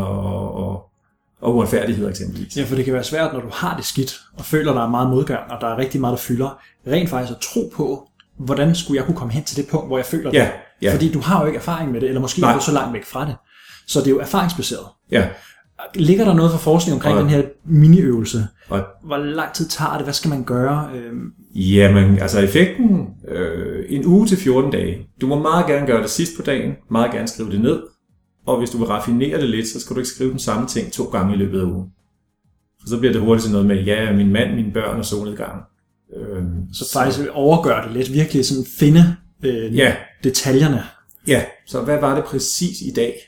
og uretfærdighed eksempelvis. Ja, for det kan være svært, når du har det skidt, og føler, der er meget modgang, og der er rigtig meget, der fylder, rent faktisk at tro på, hvordan skulle jeg kunne komme hen til det punkt, hvor jeg føler det. Ja. Fordi du har jo ikke erfaring med det, eller måske er du så langt væk fra det. Så det er jo erfaringsbaseret. Ja. Ligger der noget for forskning omkring den her miniøvelse? Hvor lang tid tager det? Hvad skal man gøre? Jamen, altså effekten, en uge til 14 dage. Du må meget gerne gøre det sidst på dagen, meget gerne skrive det ned. Og hvis du vil raffinere det lidt, så skal du ikke skrive den samme ting 2 gange i løbet af ugen. For så bliver det hurtigt til noget med, min mand, mine børn og solnedgangen. Så faktisk overgør det lidt, virkelig sådan finde detaljerne. Ja, så hvad var det præcis i dag,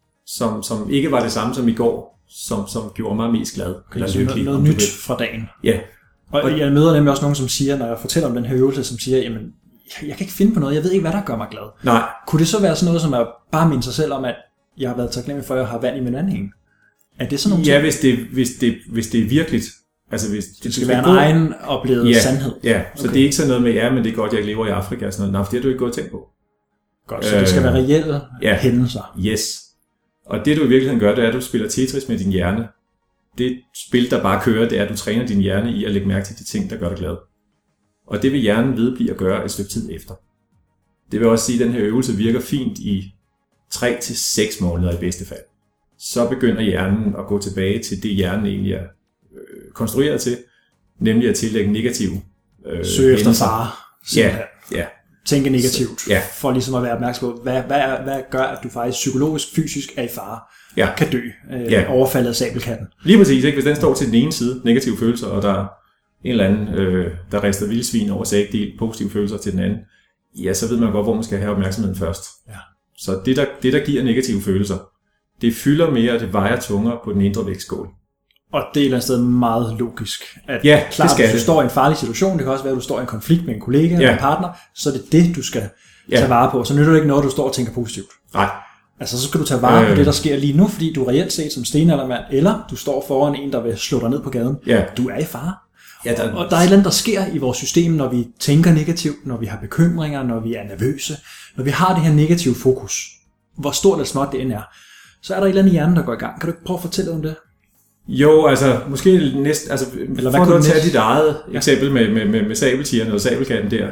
som ikke var det samme som i går, som gjorde mig mest glad? Eller lykkelig, noget nyt fra dagen. Ja. Og jeg møder nemlig også nogen, som siger, når jeg fortæller om den her øvelse, som siger, jamen, jeg kan ikke finde på noget, jeg ved ikke, hvad der gør mig glad. Nej. Kunne det så være sådan noget, som er bare minde sig selv om, at jeg har været taknemmelig for, at jeg har vand i min vandhænge? Er det sådan nogle ting? Ja, hvis det er virkeligt. Altså hvis det skal være en egen oplevet sandhed. Ja, så det er ikke sådan noget med, men det er godt, jeg lever i Afrika og sådan noget. Nej, for det har du ikke gået og tænkt på. Godt, så det skal være reelle hændelser. Yes. Og det du i virkeligheden gør, det er, at du spiller Tetris med din hjerne. Det spil, der bare kører, det er, at du træner din hjerne i at lægge mærke til de ting, der gør dig glad. Og det vil hjernen vedblive at gøre et stykke tid efter. Det vil også sige, at den her øvelse virker fint i 3 til 6 måneder i bedste fald. Så begynder hjernen at gå tilbage til det, hjernen egentlig er konstrueret til, nemlig at tillægge negative søge efter fare. Ja. Tænke negativt, for ligesom at være opmærksom på, hvad gør, at du faktisk psykologisk, fysisk er i fare, kan dø, overfaldet af sabelkatten. Lige præcis, ikke? Hvis den står til den ene side, negative følelser, og der er en eller anden, der rister vildsvin over sækdel, positive følelser til den anden, ja, så ved man godt, hvor man skal have opmærksomheden først. Ja. Så det, der giver negative følelser, det fylder mere, og det vejer tungere på den indre vægtskål. Og det er et eller andet sted meget logisk. At klart, hvis du står i en farlig situation, det kan også være, at du står i en konflikt med en kollega eller en partner, så er det, du skal tage vare på. Så nytter det ikke noget, du står og tænker positivt. Nej. Altså, så skal du tage vare på det, der sker lige nu, fordi du reelt set som stenaldermand, eller du står foran en, der vil slå dig ned på gaden. Ja. Du er i fare. Ja, og der er et eller andet, der sker i vores system, når vi tænker negativt, når vi har bekymringer, når vi er nervøse, når vi har det her negative fokus, hvor stort eller småt det end er, så er der et eller andet i hjernen, der går i gang. Kan du ikke prøve at fortælle om det? Jo, altså måske næsten, altså eller hvad for at tage dit eget eksempel med sabeltigeren eller sabelkatten der.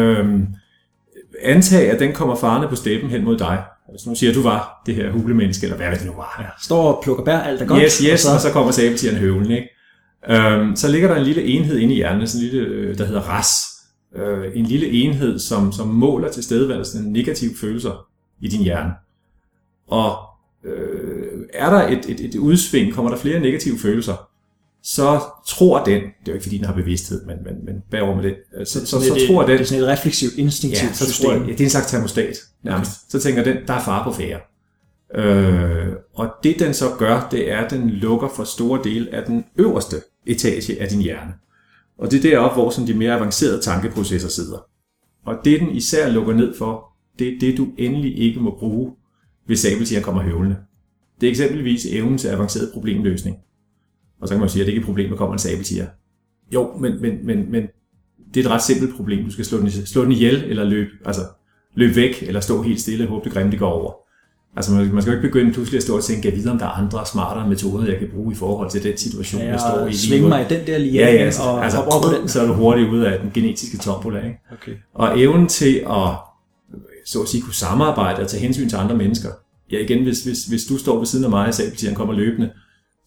Antag, at den kommer farende på steppen hen mod dig. Altså nu siger du var det her hulemenneske, eller hvad det nu var. Ja, står og plukker bær, alt er godt. Yes, og så kommer sabeltigeren høvlen, ikke? Så ligger der en lille enhed inde i hjernen, sådan en lille, der hedder RAS. En lille enhed, som måler tilstedeværelsen af negative følelser i din hjerne. Og er der et udsving, kommer der flere negative følelser, så tror den, det er jo ikke fordi den har bevidsthed, men bagover med det, så tror den, det er sådan et refleksivt, instinktivt system. Det er en slags termostat nærmest. Okay. Så tænker den, der er fare på færre. Og det den så gør, det er, at den lukker for store dele af den øverste etage af din hjerne. Og det er deroppe, hvor sådan de mere avancerede tankeprocesser sidder. Og det den især lukker ned for, det er det, du endelig ikke må bruge, hvis sabeltigeren kommer høvlende. Det er eksempelvis evnen til avanceret problemløsning. Og så kan man sige, at det ikke er et problem, når kommer en sabeltiger. Jo, men det er et ret simpelt problem. Du skal slå den ihjel, eller løbe væk, eller stå helt stille og håbe det grimme, det går over. Altså man skal jo ikke begynde pludselig at stå og tænke, at jeg ved, om der er andre smartere metoder, jeg kan bruge i forhold til den situation, jeg står i. Svinge mig i den der liane og hoppe over på den. Så er du hurtigt ude af den genetiske tombola, ikke? Okay. Og evnen til at, så at sige, kunne samarbejde og tage hensyn til andre mennesker. Ja, igen, hvis du står ved siden af mig, og sabeltigeren kommer løbende,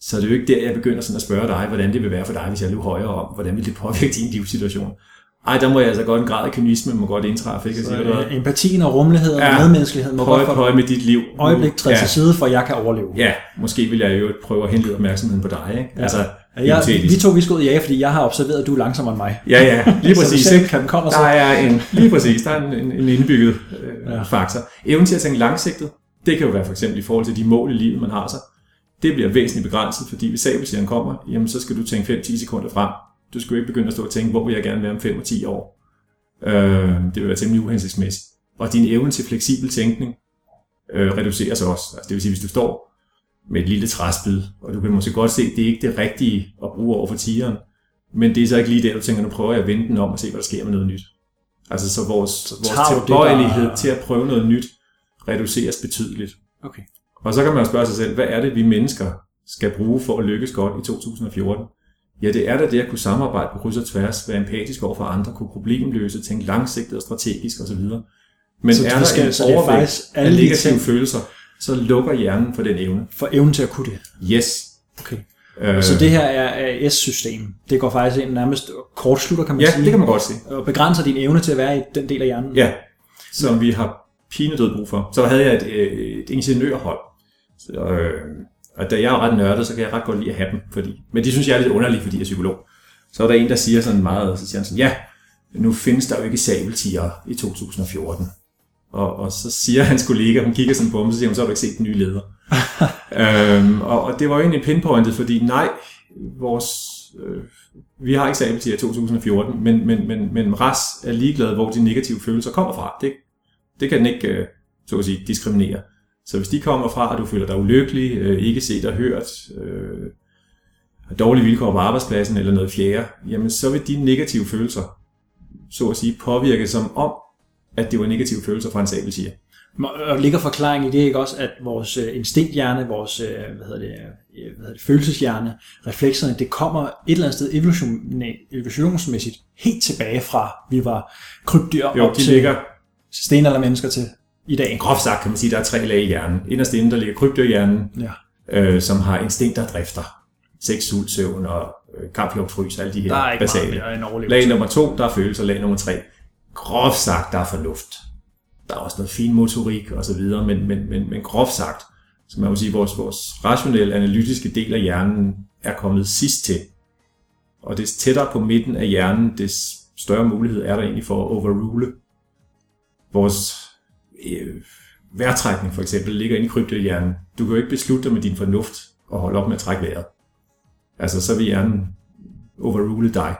Så det er jo ikke der, jeg begynder sådan at spørge dig, hvordan det vil være for dig, hvis jeg løber højere om, hvordan vil det påvirke din livssituation. Ej, der må jeg altså godt en grad af kynisme, må godt indtræffe, ikke? Så empatien og rummeligheden og medmenneskeligheden må godt prøve med dit liv. Øjeblik træde til side, for jeg kan overleve. Ja, måske vil jeg jo prøve at henlede opmærksomheden på dig, ikke? Ja. Altså, vi skal ud i fordi jeg har observeret, at du er langsommere end mig. Ja, lige præcis. Der er en indbygget faktor. Evnen til at tænke langsigtet, det kan jo være for eksempel i forhold til de mål i livet, man har sig. Det bliver væsentligt begrænset, fordi hvis sabeltjern kommer, jamen så skal du tænke 5-10 sekunder frem. Du skal jo ikke begynde at stå og tænke, hvor vil jeg gerne være om 5 og 10 år. Det vil være temmelig uhensigtsmæssigt. Og din evne til fleksibel tænkning reduceres også. Altså, det vil sige, hvis du står med et lille træspyd, og du kan måske godt se, at det er ikke det rigtige at bruge over for tigeren, men det er så ikke lige der, du tænker, nu prøver jeg at vende den om og se, hvad der sker med noget nyt. Altså så vores tilbøjelighed til at prøve noget nyt reduceres betydeligt. Okay. Og så kan man jo spørge sig selv, hvad er det, vi mennesker skal bruge for at lykkes godt i 2014? Ja, det er da det at kunne samarbejde på kryds og tværs, være empatisk over for andre, kunne problemløse, tænke langsigtet og strategisk osv. Men så er der en overvægt af negative følelser, så lukker hjernen for den evne. For evnen til at kunne det? Yes. Okay. Så det her er AS-system. Det går faktisk ind nærmest kortslutter, kan man sige. Ja, det kan man godt sige. Og begrænser din evne til at være i den del af hjernen. Ja, som vi har pinedød brug for. Så havde jeg et ingeniørhold. Og da jeg er ret nørdet, så kan jeg ret godt lide at have dem. Men de synes jeg er lidt underligt, fordi jeg er psykolog. Så er der en, der siger sådan meget, så siger han sådan, ja, nu findes der jo ikke sabeltiger i 2014. Og så siger hans kollega, hun kigger sådan på ham, så siger hun, så har du ikke set den nye leder. Og det var jo egentlig pinpointet, fordi nej, vi har ikke sabeltiger i 2014, men RAS er ligeglad, hvor de negative følelser kommer fra. Det kan den ikke, så at sige, diskriminere. Så hvis de kommer fra, at du føler dig ulykkelig, ikke set og hørt, dårlige vilkår på arbejdspladsen eller noget fjerde, jamen så vil de negative følelser, så at sige, påvirke som om, at det var negative følelser fra en sabeltiger. Og ligger forklaring i det ikke også, at vores instinkthjerne, vores følelseshjerne, reflekserne, det kommer et eller andet sted evolutionsmæssigt helt tilbage fra, vi var krybdyr op til stenaldermennesker til i dag. Groft sagt kan man sige, at der er 3 lag i hjernen. Inderst inde, der ligger krybdyrhjernen, som har instinkter og drifter. Sex, sult, søvn og kampflugt, frys, alle de her basale. Lag nummer 2, der er følelser. Lag nummer 3, groft sagt, der er fornuft. Der er også noget fin motorik og så videre, men groft sagt, så man må sige, vores rationelle, analytiske del af hjernen er kommet sidst til. Og des tættere på midten af hjernen, des større mulighed er der egentlig for at overrule. Vores vejrtrækning for eksempel ligger inde i krybdyrhjernen. Du kan jo ikke beslutte dig med din fornuft og holde op med at trække vejret. Altså så vil hjernen overrule dig.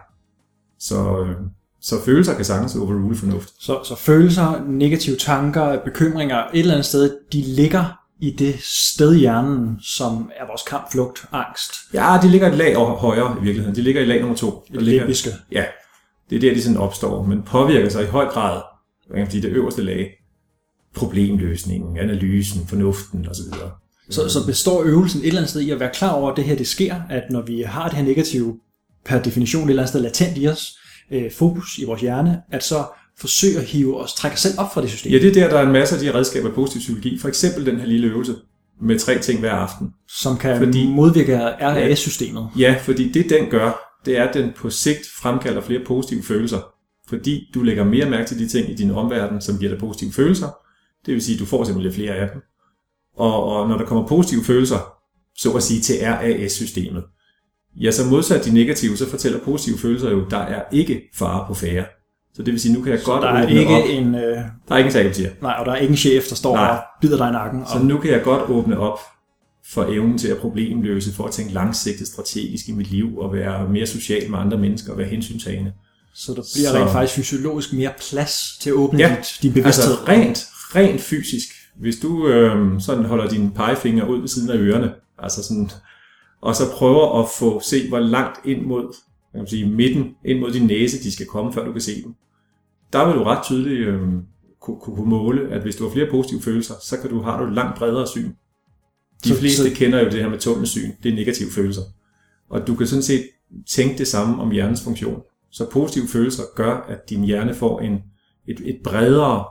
Så følelser kan sagtens overrule fornuft. Så følelser, negative tanker, bekymringer, et eller andet sted, de ligger i det sted i hjernen, som er vores kamp, flugt, angst. Ja, de ligger et lag højere i virkeligheden. De ligger i lag nummer 2. Det limbiske. Ja, det er der, de sådan opstår, men påvirker sig i høj grad, det øverste lag, problemløsningen, analysen, fornuften osv. Så består øvelsen et eller andet sted i at være klar over, at det her det sker, at når vi har det her negative, per definition et eller andet sted latent i os, fokus i vores hjerne, at så forsøge at hive os, trække os selv op fra det system. Ja, det er der er en masse af de redskaber af positiv psykologi. For eksempel den her lille øvelse med 3 ting hver aften. Som kan modvirke RAS-systemet. Ja, fordi det den gør, det er, at den på sigt fremkalder flere positive følelser. Fordi du lægger mere mærke til de ting i din omverden, som giver dig positive følelser. Det vil sige, at du får simpelthen flere af dem. Og når der kommer positive følelser, så at sige til RAS-systemet, ja, så modsat de negative, så fortæller positive følelser jo, der er ikke fare på færre. Så det vil sige, nu kan jeg så godt der er ikke op. Der er ikke en sabeltiger. Nej, og der er ikke en chef, der står og bider dig i nakken. Så nu kan jeg godt åbne op for evnen til at problemløse, for at tænke langsigtet strategisk i mit liv, og være mere social med andre mennesker, og være hensynstagende. Så der bliver rent faktisk fysiologisk mere plads til at åbne din bevidsthed. Altså rent fysisk. Hvis du sådan holder dine pegefinger ud ved siden af ørerne, altså sådan, og så prøver at få se, hvor langt ind mod, kan man sige, midten, ind mod din næse, de skal komme, før du kan se dem. Der vil du ret tydeligt kunne måle, at hvis du har flere positive følelser, så har du et langt bredere syn. De fleste kender jo det her med tunnelsyn, det er negative følelser. Og du kan sådan set tænke det samme om hjernens funktion. Så positive følelser gør, at din hjerne får et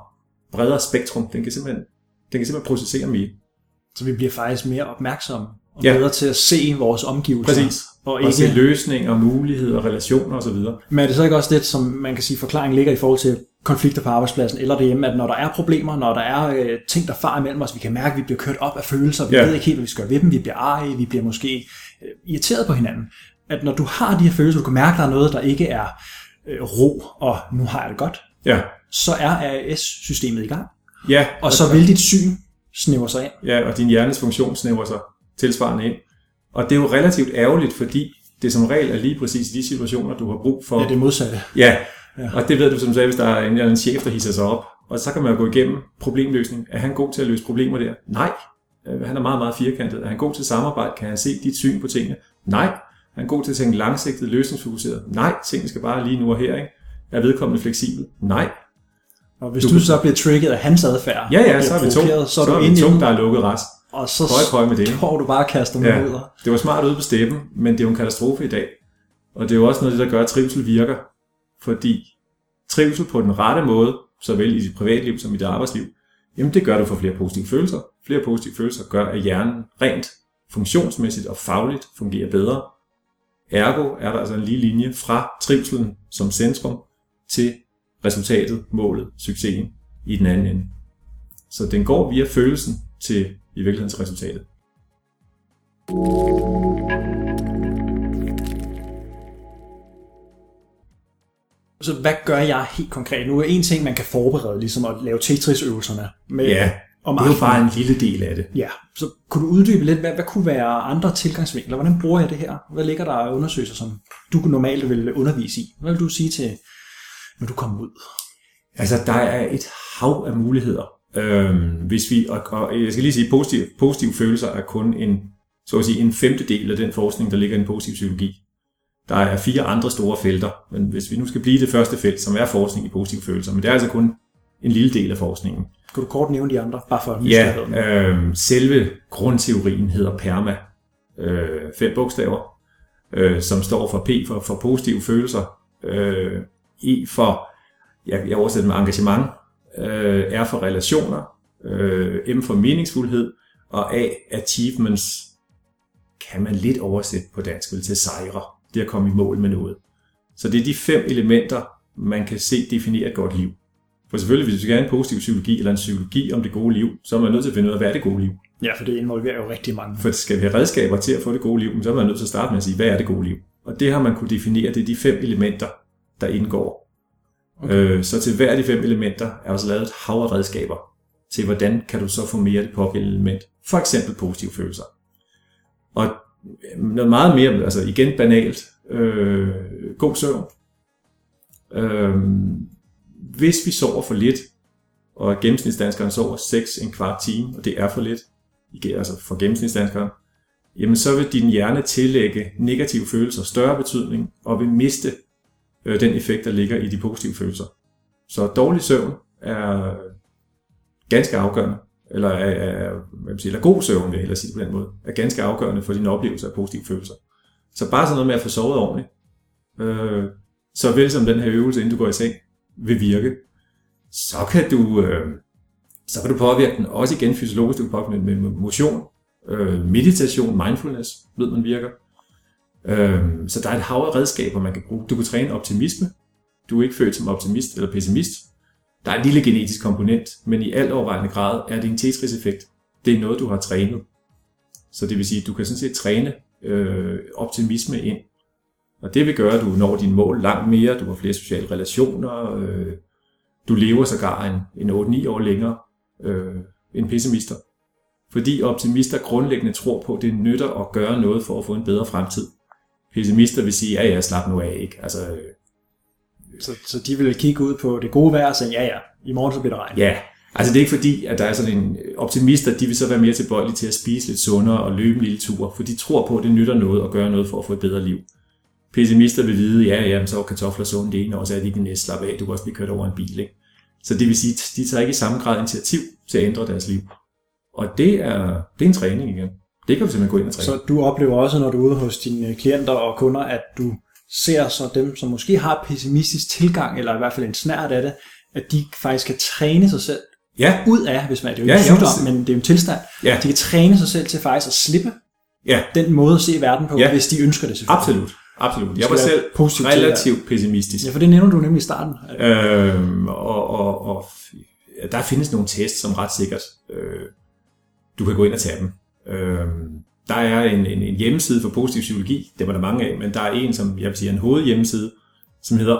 bredere spektrum. Den kan simpelthen processere mere. Så vi bliver faktisk mere opmærksomme og bedre til at se vores omgivelser. Præcis. Og ikke se løsninger, muligheder, relationer osv. Men er det så ikke også det, som man kan sige, forklaringen ligger i forhold til konflikter på arbejdspladsen, eller derhjemme, at når der er problemer, når der er ting, der farer imellem os, vi kan mærke, at vi bliver kørt op af følelser, vi ved ikke helt, hvad vi skal gøre ved dem, vi bliver arige, vi bliver måske irriteret på hinanden. At når du har de her følelser, du kan mærke, at der er noget, der ikke er ro, og nu har jeg det godt, så er AAS-systemet i gang. Ja, og så vil dit syn snævre sig ind. Ja, og din hjernes funktion snævrer sig tilsvarende ind. Og det er jo relativt ærgerligt, fordi det som regel er lige præcis de situationer, du har brug for. Ja, det er modsatte. Ja, og det ved du, som du sagde, hvis der er en eller anden chef, der hisser sig op. Og så kan man jo gå igennem problemløsning. Er han god til at løse problemer der? Nej. Han er meget, meget firkantet. Er han god til samarbejde? Kan han se dit syn på tingene? Nej. Er han god til at tænke langsigtet, løsningsfokuseret? Nej. Tingene skal bare lige nu og her, ikke? Er vedkommende fleksibel? Nej. Og hvis du så bliver trigget af hans adfærd, så er vi to, der er lukket rest. Og så står du bare og kaster mig ud. Det var smart ude på steppen, men det er jo en katastrofe i dag. Og det er jo også noget, der gør, at trivsel virker. Fordi trivsel på den rette måde, såvel i dit privatliv som i dit arbejdsliv, jamen det gør du for flere positive følelser. Flere positive følelser gør, at hjernen rent funktionsmæssigt og fagligt fungerer bedre. Ergo er der altså en lige linje fra trivselen som centrum til resultatet, målet, succesen i den anden ende. Så den går via følelsen til i virkeligheden til resultatet. Så hvad gør jeg helt konkret? Nu er en ting, man kan forberede, ligesom at lave Tetris-øvelserne. Med, det er jo bare en lille del af det. Ja, så kunne du uddybe lidt, hvad kunne være andre tilgangsvinkler? Hvordan bruger jeg det her? Hvad ligger der af undersøgelser, som du normalt vil undervise i? Hvad vil du sige til, når du kommer ud? Altså, der er et hav af muligheder. Hvis vi, og jeg skal lige sige, positive følelser er kun en femtedel af den forskning, der ligger i en positiv psykologi. Der er 4 andre store felter, men hvis vi nu skal blive det første felt, som er forskning i positive følelser, men det er altså kun en lille del af forskningen. Kan du kort nævne de andre, bare for nysgerrigheden? Selve grundteorien hedder PERMA, 5 bogstaver, som står for P for positive følelser, E for, jeg oversætter med engagement, R for relationer, M for meningsfuldhed, og A, achievements, kan man lidt oversætte på dansk, til sejre, det at komme i mål med noget. Så det er de 5 elementer, man kan se definere et godt liv. For selvfølgelig, hvis vi skal have en positiv psykologi, eller en psykologi om det gode liv, så er man nødt til at finde ud af, hvad er det gode liv? Ja, for det involverer jo rigtig mange. For skal vi have redskaber til at få det gode liv, så er man nødt til at starte med at sige, hvad er det gode liv? Og det har man kunne definere, det er de 5 elementer, der indgår. Okay. Så til hver af de 5 elementer er også lavet et hav af redskaber til, hvordan kan du så få mere af det pågældende element. For eksempel positive følelser. Og noget meget mere, altså igen banalt, god søvn. Hvis vi sover for lidt, og gennemsnitsdanskeren sover 6,25 timer, og det er for lidt, altså for gennemsnitsdanskeren, jamen så vil din hjerne tillægge negative følelser større betydning, og vil miste den effekt, der ligger i de positive følelser. Så dårlig søvn er ganske afgørende, eller god søvn, vil jeg hellere sige på den måde, er ganske afgørende for din oplevelse af positive følelser. Så bare sådan noget med at få sovet ordentligt, så vel som den her øvelse, inden du går i seng, vil virke, så kan du påvirke den også igen fysiologisk, du kan påvirke med motion, meditation, mindfulness, ved man virker. Så der er et hav af redskaber, man kan bruge. Du kan træne optimisme. Du er ikke født som optimist eller pessimist. Der er en lille genetisk komponent, men i alt overvejende grad er det en Tetris-effekt. Det er noget, du har trænet. Så det vil sige, at du kan sådan set træne optimisme ind. Og det vil gøre, at du når dine mål langt mere. Du har flere sociale relationer. Du lever sågar en 8-9 år længere end pessimister. Fordi optimister grundlæggende tror på, at det nytter at gøre noget for at få en bedre fremtid. Pessimister vil sige, ja, slap nu af, ikke? Altså, så de vil kigge ud på det gode vejr og sige, ja, i morgen så bliver det regn. Ja, altså det er ikke fordi, at der er sådan en optimister, de vil så være mere tilbøjelige til at spise lidt sundere og løbe en lille tur, for de tror på, at det nytter noget at gøre noget for at få et bedre liv. Pessimister vil vide, ja, så er kartofler sunde det ene, og så er de ikke næste slap af, du kan også blive kørt over en bil, ikke? Så det vil sige, de tager ikke i samme grad initiativ til at ændre deres liv. Og det er en træning igen. Det kan du simpelthen gå ind og træne. Så du oplever også, når du er ude hos dine klienter og kunder, at du ser så dem, som måske har pessimistisk tilgang, eller i hvert fald en snært af det, at de faktisk kan træne sig selv ud af, hvis man, det er jo ikke en sygdom, men det er jo en tilstand. Ja. De kan træne sig selv til faktisk at slippe den måde at se verden på, hvis de ønsker det selvfølgelig. Absolut. Jeg var selv relativt pessimistisk. Ja, for det nævner du nemlig i starten. Og der findes nogle tests, som ret sikkert du kan gå ind og tage dem. Der er en hjemmeside for positiv psykologi, det var der mange af, men der er en, som jeg vil sige er en hovedhjemmeside, som hedder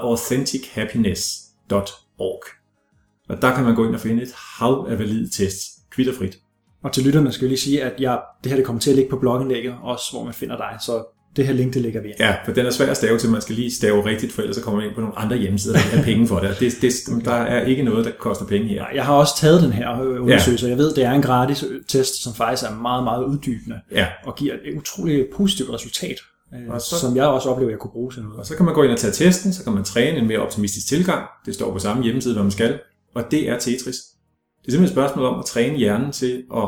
AuthenticHappiness.org. Og der kan man gå ind og finde et hav af valide tests, kvitterfrit. Og til lytterne skal jeg lige sige, at det her det kommer til at ligge på blogindlægget, også hvor man finder dig, så det her link, det lægger vi ind. Ja, for den er svær at stave til, man skal lige stave rigtigt, for ellers så kommer man ind på nogle andre hjemmesider, der har penge for det. Der er ikke noget, der koster penge her. Jeg har også taget den her undersøgelse, og jeg ved, det er en gratis test, som faktisk er meget, meget uddybende, og giver et utroligt positivt resultat, som jeg også oplever, at jeg kunne bruge til noget. Og så kan man gå ind og tage testen, så kan man træne en mere optimistisk tilgang. Det står på samme hjemmeside, hvad man skal, og det er Tetris. Det er simpelthen et spørgsmål om at træne hjernen til at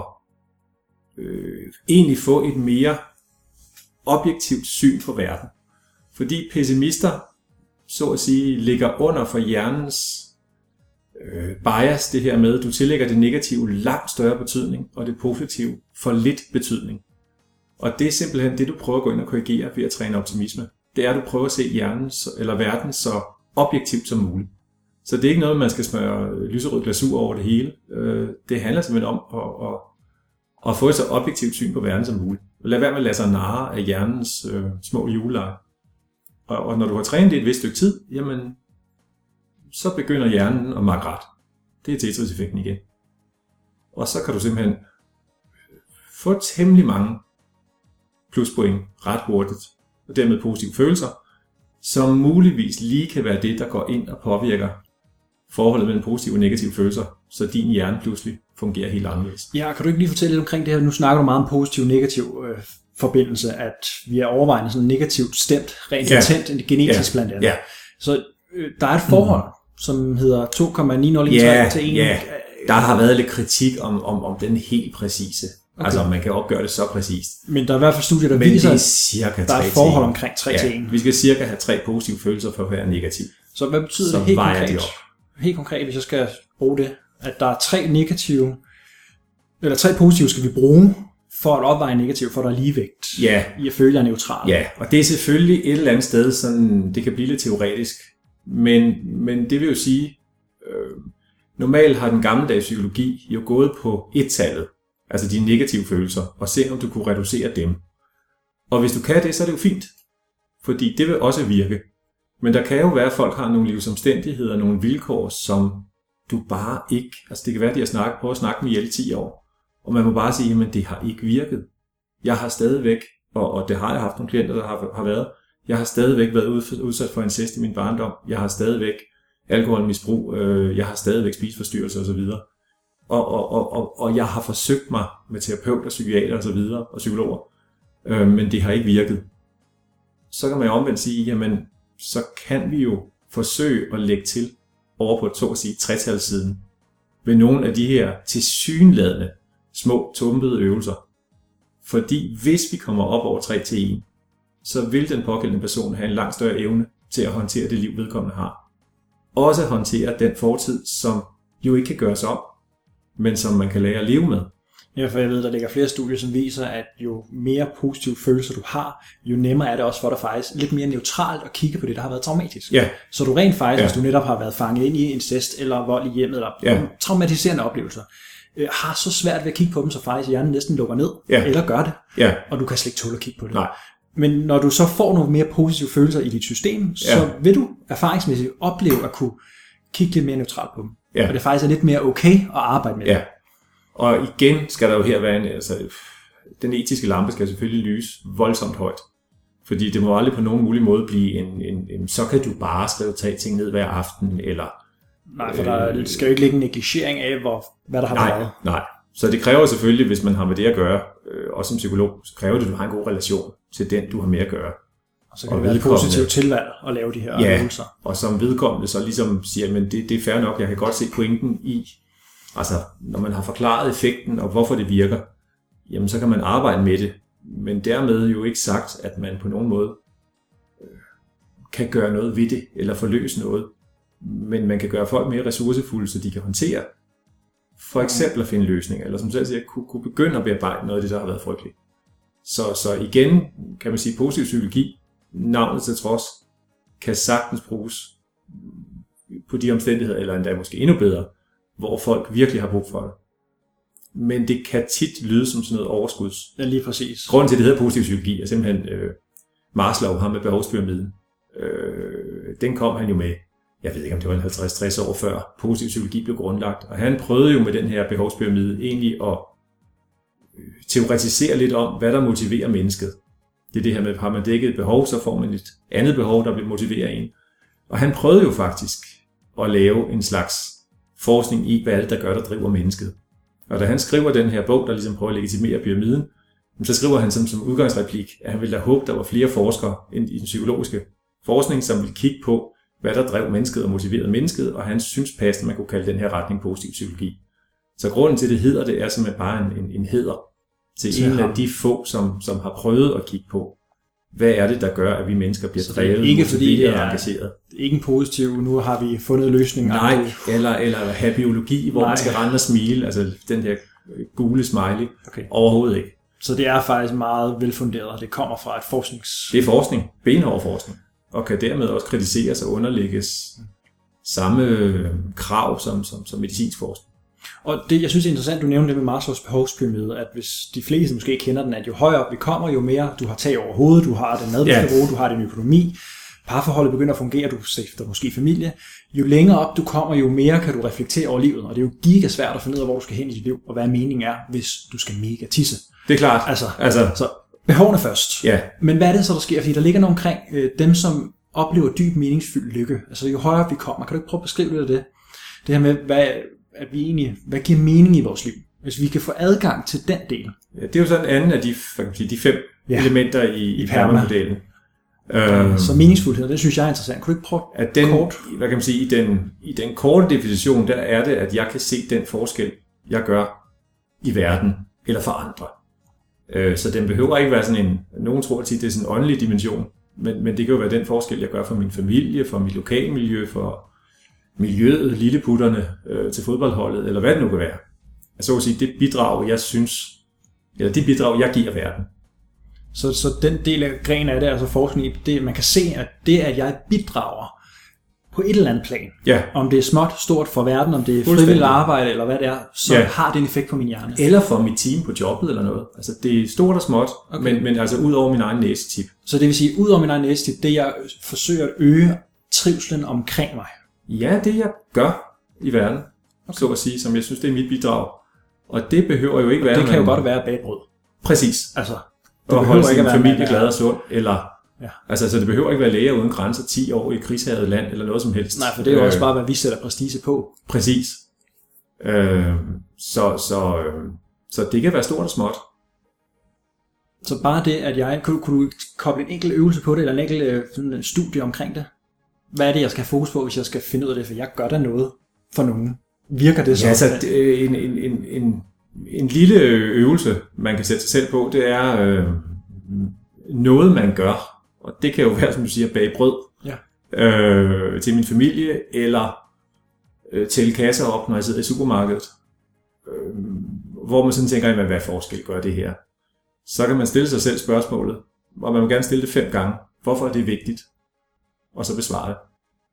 egentlig få et mere objektivt syn på verden. Fordi pessimister, så at sige, ligger under for hjernens bias, det her med, at du tillægger det negative langt større betydning, og det positive for lidt betydning. Og det er simpelthen det, du prøver at gå ind og korrigere ved at træne optimisme. Det er, at du prøver at se hjernen eller verden så objektivt som muligt. Så det er ikke noget, man skal smøre lyserød glasur over det hele. Det handler simpelthen om at få et så objektivt syn på verden som muligt. Lad være med at lade sig narre af hjernens små juleleje. Og når du har trænet det et vist stykke tid, jamen, så begynder hjernen at makke ret. Det er Tetris-effekten igen. Og så kan du simpelthen få temmelig mange pluspoint ret hurtigt, og dermed positive følelser, som muligvis lige kan være det, der går ind og påvirker forholdet mellem positive og negative følelser, så din hjerne pludselig fungerer helt anderledes. Ja, kan du ikke lige fortælle lidt omkring det her? Nu snakker du meget om positiv og negativ forbindelse, at vi er overvejende sådan negativt stemt, rent intent, genetisk blandt andet. Ja. Så der er et forhold, som hedder 2,9013 til 1. Ja, der har været lidt kritik om den helt præcise. Okay. Altså, man kan opgøre det så præcist. Men der er i hvert fald studier, der viser, at der er et forhold omkring 3 til 1. Vi skal cirka have 3 positive følelser for at være negativ. Så hvad betyder det helt konkret? Helt konkret, hvis jeg skal bruge det, at der er 3 negative, eller 3 positive skal vi bruge, for at opveje negativ, for at der er ligevægt i at føle jer neutral. Ja, og det er selvfølgelig et eller andet sted, sådan, det kan blive lidt teoretisk, men det vil jo sige, normalt har den gammeldags psykologi jo gået på 1-tallet, altså de negative følelser, og se om du kunne reducere dem. Og hvis du kan det, så er det jo fint, fordi det vil også virke. Men der kan jo være, at folk har nogle livsomstændigheder, nogle vilkår, som du bare ikke... Altså det kan være, at de har prøvet at snakke med i 10 år, og man må bare sige, at det har ikke virket. Jeg har stadigvæk, og det har jeg haft nogle klienter, der har været, jeg har stadigvæk været udsat for incest i min barndom, jeg har stadigvæk alkoholmisbrug, jeg har stadigvæk spiseforstyrrelser osv. Og jeg har forsøgt mig med terapeuter, psykiater osv. og psykologer, men det har ikke virket. Så kan man jo omvendt sige, jamen, så kan vi jo forsøge at lægge til over på, så at sige, 3-talssiden ved nogle af de her tilsyneladende små, tumpede øvelser. Fordi hvis vi kommer op over 3 til 1, så vil den pågældende person have en langt større evne til at håndtere det liv, vedkommende har. Også håndtere den fortid, som jo ikke kan gøres om, men som man kan lære at leve med. Ja, for jeg ved, der ligger flere studier, som viser, at jo mere positive følelser du har, jo nemmere er det også for dig faktisk lidt mere neutralt at kigge på det, der har været traumatisk. Ja. Så du rent faktisk, hvis du netop har været fanget ind i incest eller vold i hjemmet, eller traumatiserende oplevelser, har så svært ved at kigge på dem, så faktisk hjernen næsten lukker ned, eller gør det, og du kan slet ikke tåle at kigge på det. Nej. Men når du så får nogle mere positive følelser i dit system, så vil du erfaringsmæssigt opleve at kunne kigge lidt mere neutralt på dem. Og det faktisk er lidt mere okay at arbejde med det. Og igen skal der jo her være den etiske lampe skal selvfølgelig lyse voldsomt højt. Fordi det må aldrig på nogen mulig måde blive en så kan du bare skrive tage ting ned hver aften, eller... Nej, for der skal jo ikke ligge en negligering af, hvad der har været. Nej, så det kræver selvfølgelig, hvis man har med det at gøre, også som psykolog, så kræver det, at du har en god relation til den, du har med at gøre. Og så kan det være et positivt tilvalg at lave de her øvelser. Og som vedkommende så ligesom siger, men det er fair nok, jeg kan godt se pointen i, altså når man har forklaret effekten og hvorfor det virker, jamen så kan man arbejde med det, men dermed jo ikke sagt, at man på nogen måde kan gøre noget ved det, eller forløse noget, men man kan gøre folk mere ressourcefulde, så de kan håndtere, for eksempel at finde løsninger, eller som selv siger, kunne begynde at bearbejde noget af det, der har været frygteligt. Så igen kan man sige, positiv psykologi, navnet til trods, kan sagtens bruges på de omstændigheder, eller endda måske endnu bedre, hvor folk virkelig har brug for det. Men det kan tit lyde som sådan noget overskuds. Ja, lige præcis. Grunden til, at det hedder positiv psykologi, er simpelthen Maslow, ham med behovspyramiden. Den kom han jo med, jeg ved ikke om det var 50-60 år før positiv psykologi blev grundlagt. Og han prøvede jo med den her behovspyramide egentlig at teoretisere lidt om, hvad der motiverer mennesket. Det er det her med, har man dækket et behov, så får man et andet behov, der bliver motiveret en. Og han prøvede jo faktisk at lave en slags forskning i, hvad er det, der gør, der driver mennesket. Og da han skriver den her bog, der ligesom prøver at legitimere pyramiden, så skriver han som udgangsreplik, at han ville da håbe, der var flere forskere i den psykologiske forskning, som ville kigge på, hvad der drev mennesket og motiverede mennesket, og han synes passende, man kunne kalde den her retning positiv psykologi. Så grunden til, det hedder det, er simpelthen bare en hæder til en af de få, som har prøvet at kigge på, hvad er det, der gør, at vi mennesker bliver drevet, motiveret og engageret. Det er ikke en positiv, nu har vi fundet løsningen. Nej, eller happyologi, hvor man skal rende og smile, altså den her gule smiley. Okay. Overhovedet ikke. Så det er faktisk meget velfunderet, og det kommer fra et Det er forskning, benhård forskning, og kan dermed også kritiseres og underlægges samme krav som medicinsk forskning. Og det, jeg synes det er interessant, du nævnte det med Maslows behovspyramide, at hvis de fleste måske kender den, at jo højere op vi kommer, jo mere du har tag over hovedet, du har den madbestilling, du har din økonomi, parforholdet begynder at fungere, du stifter måske familie. Jo længere op du kommer, jo mere kan du reflektere over livet, og det er jo gigasvært at finde ud af, hvor du skal hen i dit liv, og hvad meningen er, hvis du skal mega tisse. Det er klart. Altså. Så behovene først. Ja. Men hvad er det så, der sker? Fordi der ligger noget omkring dem, som oplever dyb meningsfyldt lykke. Altså jo højere op vi kommer, kan du ikke prøve at beskrive lidt af det? Det her med, hvad giver mening i vores liv? Hvis vi kan få adgang til den del. Ja, det er jo sådan en anden af de 5 elementer i PERMA-modellen. Så meningsfuldhed, det synes jeg er interessant. Kunne du ikke prøve at den, kort? Hvad kan man sige, i den korte definition, der er det, at jeg kan se den forskel, jeg gør i verden, eller for andre. Så den behøver ikke være sådan en, nogen tror at det er sådan en åndelig dimension, men det kan jo være den forskel, jeg gør for min familie, for mit lokalmiljø, for miljøet, lilleputterne til fodboldholdet, eller hvad det nu kan være. Altså at sige, det bidrag, jeg synes, eller det bidrag, jeg giver verden. Så den del af grenen af det, altså forskning i, det, man kan se, at det, at jeg bidrager på et eller andet plan, om det er småt, stort for verden, om det er frivilligt arbejde, eller hvad det er, så har det en effekt på min hjerne. Eller for mit team på jobbet, eller noget. Altså det er stort og småt, men altså ud over min egen næsetip. Så det vil sige, ud over min egen næsetip, det jeg forsøger at øge trivslen omkring mig. Ja, det jeg gør i verden, så at sige, som jeg synes, det er mit bidrag. Og det behøver jo ikke være... Det kan jo godt være bagbrød. Præcis. Altså, og holde sin familie glad og sund, eller... Ja. Altså, så det behøver ikke være læger uden grænser 10 år i krigshavet land, eller noget som helst. Nej, for det er jo også bare, hvad vi sætter prestige på. Præcis. Så det kan være stort og småt. Så bare det, at jeg... Kunne du koble en enkelt øvelse på det, eller en enkelt studie omkring det? Hvad er det, jeg skal have fokus på, hvis jeg skal finde ud af det? For jeg gør da noget for nogen. Virker det så? Ja, altså en lille øvelse, man kan sætte sig selv på, det er noget, man gør. Og det kan jo være, som du siger, bage brød til min familie, eller tælle kasser op, når jeg sidder i supermarkedet. Hvor man sådan tænker, hvad forskel gør det her? Så kan man stille sig selv spørgsmålet, og man vil gerne stille det 5 gange. Hvorfor er det vigtigt? Og så besvare det.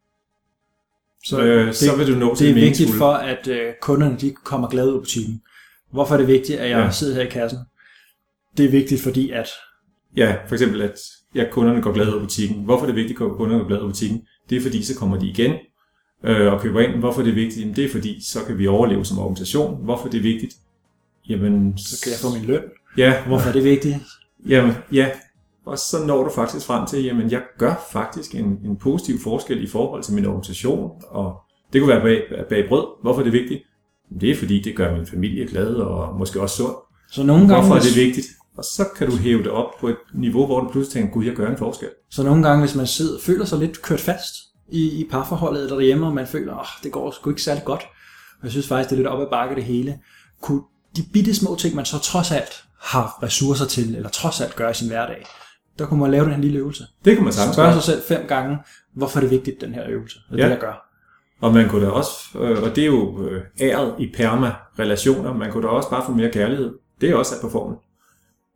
Så vil du nå til det er vigtigt for, at kunderne de kommer glade ud af butikken. Hvorfor er det vigtigt, at jeg sidder her i kassen? Det er vigtigt, fordi at... Ja, for eksempel, at kunderne går glade ud af butikken. Hvorfor er det vigtigt, at kunderne går glade ud af butikken? Det er fordi, så kommer de igen og køber ind. Hvorfor er det vigtigt? Jamen, det er fordi, så kan vi overleve som organisation. Hvorfor er det vigtigt? Jamen... Så kan jeg få min løn. Ja. Hvorfor er det vigtigt? Jamen, ja. Og så når du faktisk frem til, jamen jeg gør faktisk en positiv forskel i forhold til min organisation, og det kunne være bag brød. Hvorfor er det vigtigt? Det er fordi, det gør min familie glad, og måske også sund. Så nogle gange, hvorfor er det vigtigt? Og så kan du hæve det op på et niveau, hvor du pludselig tænker, gud, jeg gør en forskel. Så nogle gange, hvis man føler sig lidt kørt fast i parforholdet eller derhjemme, og man føler, det går sgu ikke særlig godt, og jeg synes faktisk, det er lidt op ad bakke det hele, kunne de bitte små ting, man så trods alt har ressourcer til, eller trods alt gør i sin hverdag, der kunne man lave den her lille øvelse. Det kunne man sagtens spørge sig selv 5 gange, hvorfor er det vigtigt, den her øvelse, det jeg gør. Og man kunne da også, og det er jo æret i PERMA-relationer, man kunne da også bare få mere kærlighed. Det er også sat på formel.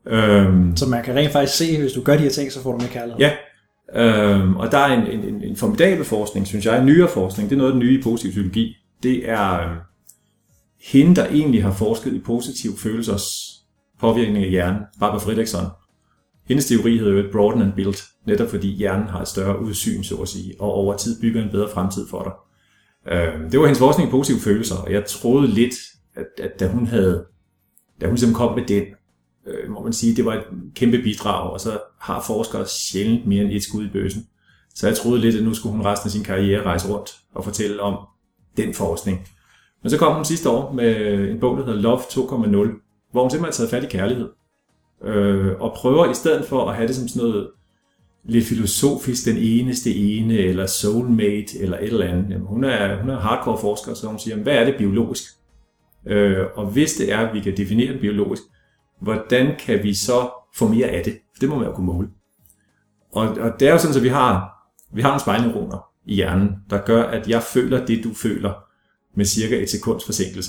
Så man kan rent faktisk se, hvis du gør de her ting, så får du mere kærlighed. Ja, og der er en formidabel forskning, synes jeg, en nyere forskning, det er noget af det nye i positiv psykologi. Det er hende, der egentlig har forsket i positive følelsers påvirkning af hjernen, Barbara Fredrickson. Hendes teori hedder jo broaden and build, netop fordi hjernen har et større udsyn, så at sige, og over tid bygger en bedre fremtid for dig. Det var hendes forskning i positive følelser, og jeg troede lidt, at da hun ligesom kom med den, må man sige, det var et kæmpe bidrag, og så har forskere sjældent mere end et skud i bøssen. Så jeg troede lidt, at nu skulle hun resten af sin karriere rejse rundt og fortælle om den forskning. Men så kom hun sidste år med en bog, der hedder Love 2.0, hvor hun simpelthen har taget fat i kærlighed. Og prøver i stedet for at have det som sådan noget lidt filosofisk, den eneste ene, eller soulmate, eller et eller andet. Jamen, hun er hardcore forsker, så hun siger, hvad er det biologisk? Og hvis det er, at vi kan definere det biologisk, hvordan kan vi så få mere af det? For det må man jo kunne måle. Og det er jo sådan, at vi har nogle spejlneuroner i hjernen, der gør, at jeg føler det, du føler, med cirka et sekunds forsinkelse.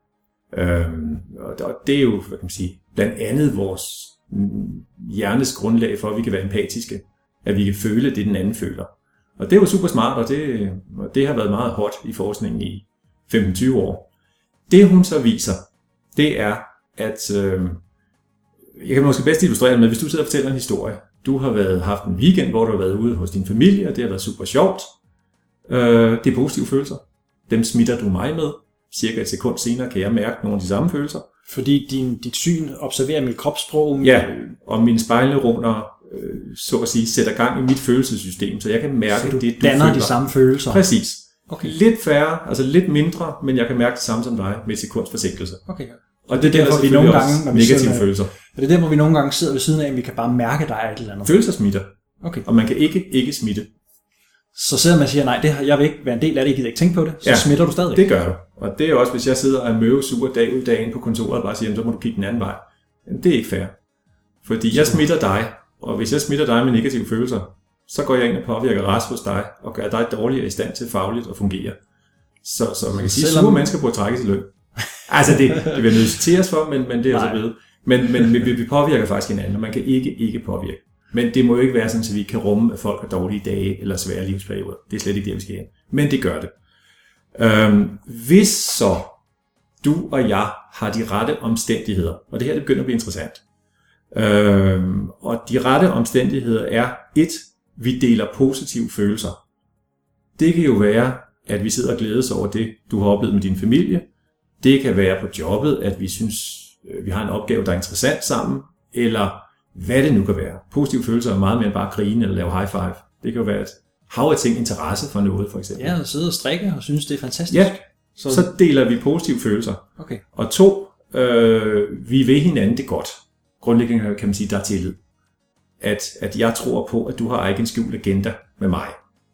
Og det er jo, hvad kan man sige, blandt andet vores hjernes grundlag for, at vi kan være empatiske. At vi kan føle det, den anden føler. Og det er jo super smart, og det har været meget hot i forskningen i 15-20 år. Det hun så viser, det er, at jeg kan måske bedst illustrere det med, hvis du sidder og fortæller en historie. Du har haft en weekend, hvor du har været ude hos din familie, og det har været super sjovt. Det er positive følelser. Dem smitter du mig med. Cirka et sekund senere kan jeg mærke nogle af de samme følelser. Fordi dit syn observerer mit kropssprog. Ja, og mine spejlneuroner, så at sige, sætter gang i mit følelsessystem, så jeg kan mærke det, du føler. Så du danner de samme følelser? Præcis. Okay. Lidt færre, altså lidt mindre, men jeg kan mærke det samme som dig med et sekunds forsinkelse. Okay. Og det er derfor, vi nogle gange, når vi negative følelser. Og det er der, hvor vi nogle gange sidder ved siden af, at vi kan bare mærke, der er et eller andet. Følelser smitter. Okay. Og man kan ikke smitte. Så selvom man siger, nej, jeg vil ikke være en del af det, jeg gider ikke tænke på det, så smitter du stadig. Det gør du. Og det er også, hvis jeg sidder og er møvesuger dag ud dag ind på kontoret og bare siger, så må du kigge den anden vej. Det er ikke fair. Fordi jeg smitter dig, og hvis jeg smitter dig med negative følelser, så går jeg ind og påvirker resten hos dig, og gør dig dårligere i stand til fagligt at fungere. Så man kan sige, at sure mennesker burde trække sig løn. Altså det vil jeg nødvendigvis for, men det er så ved. Men vi påvirker faktisk hinanden, og man kan ikke påvirke. Men det må jo ikke være sådan, at vi kan rumme, at folk har dårlige dage eller svære livsperioder. Det er slet ikke det, vi skal hen. Men det gør det. Hvis så du og jeg har de rette omstændigheder, og det her det begynder at blive interessant, og de rette omstændigheder er, 1. Vi deler positive følelser. Det kan jo være, at vi sidder og glædes over det, du har oplevet med din familie. Det kan være på jobbet, at vi synes, vi har en opgave, der er interessant sammen, eller hvad det nu kan være. Positive følelser er meget mere end bare at grine eller lave high five. Det kan jo være et hav af ting, interesse for noget, for eksempel. Ja, og sidde og strikke og synes, det er fantastisk. Ja, så deler vi positive følelser. Okay. Og 2, vi vil hinanden det godt. Grundlæggende kan man sige, der er tillid. At jeg tror på, at du har ikke en skjult agenda med mig.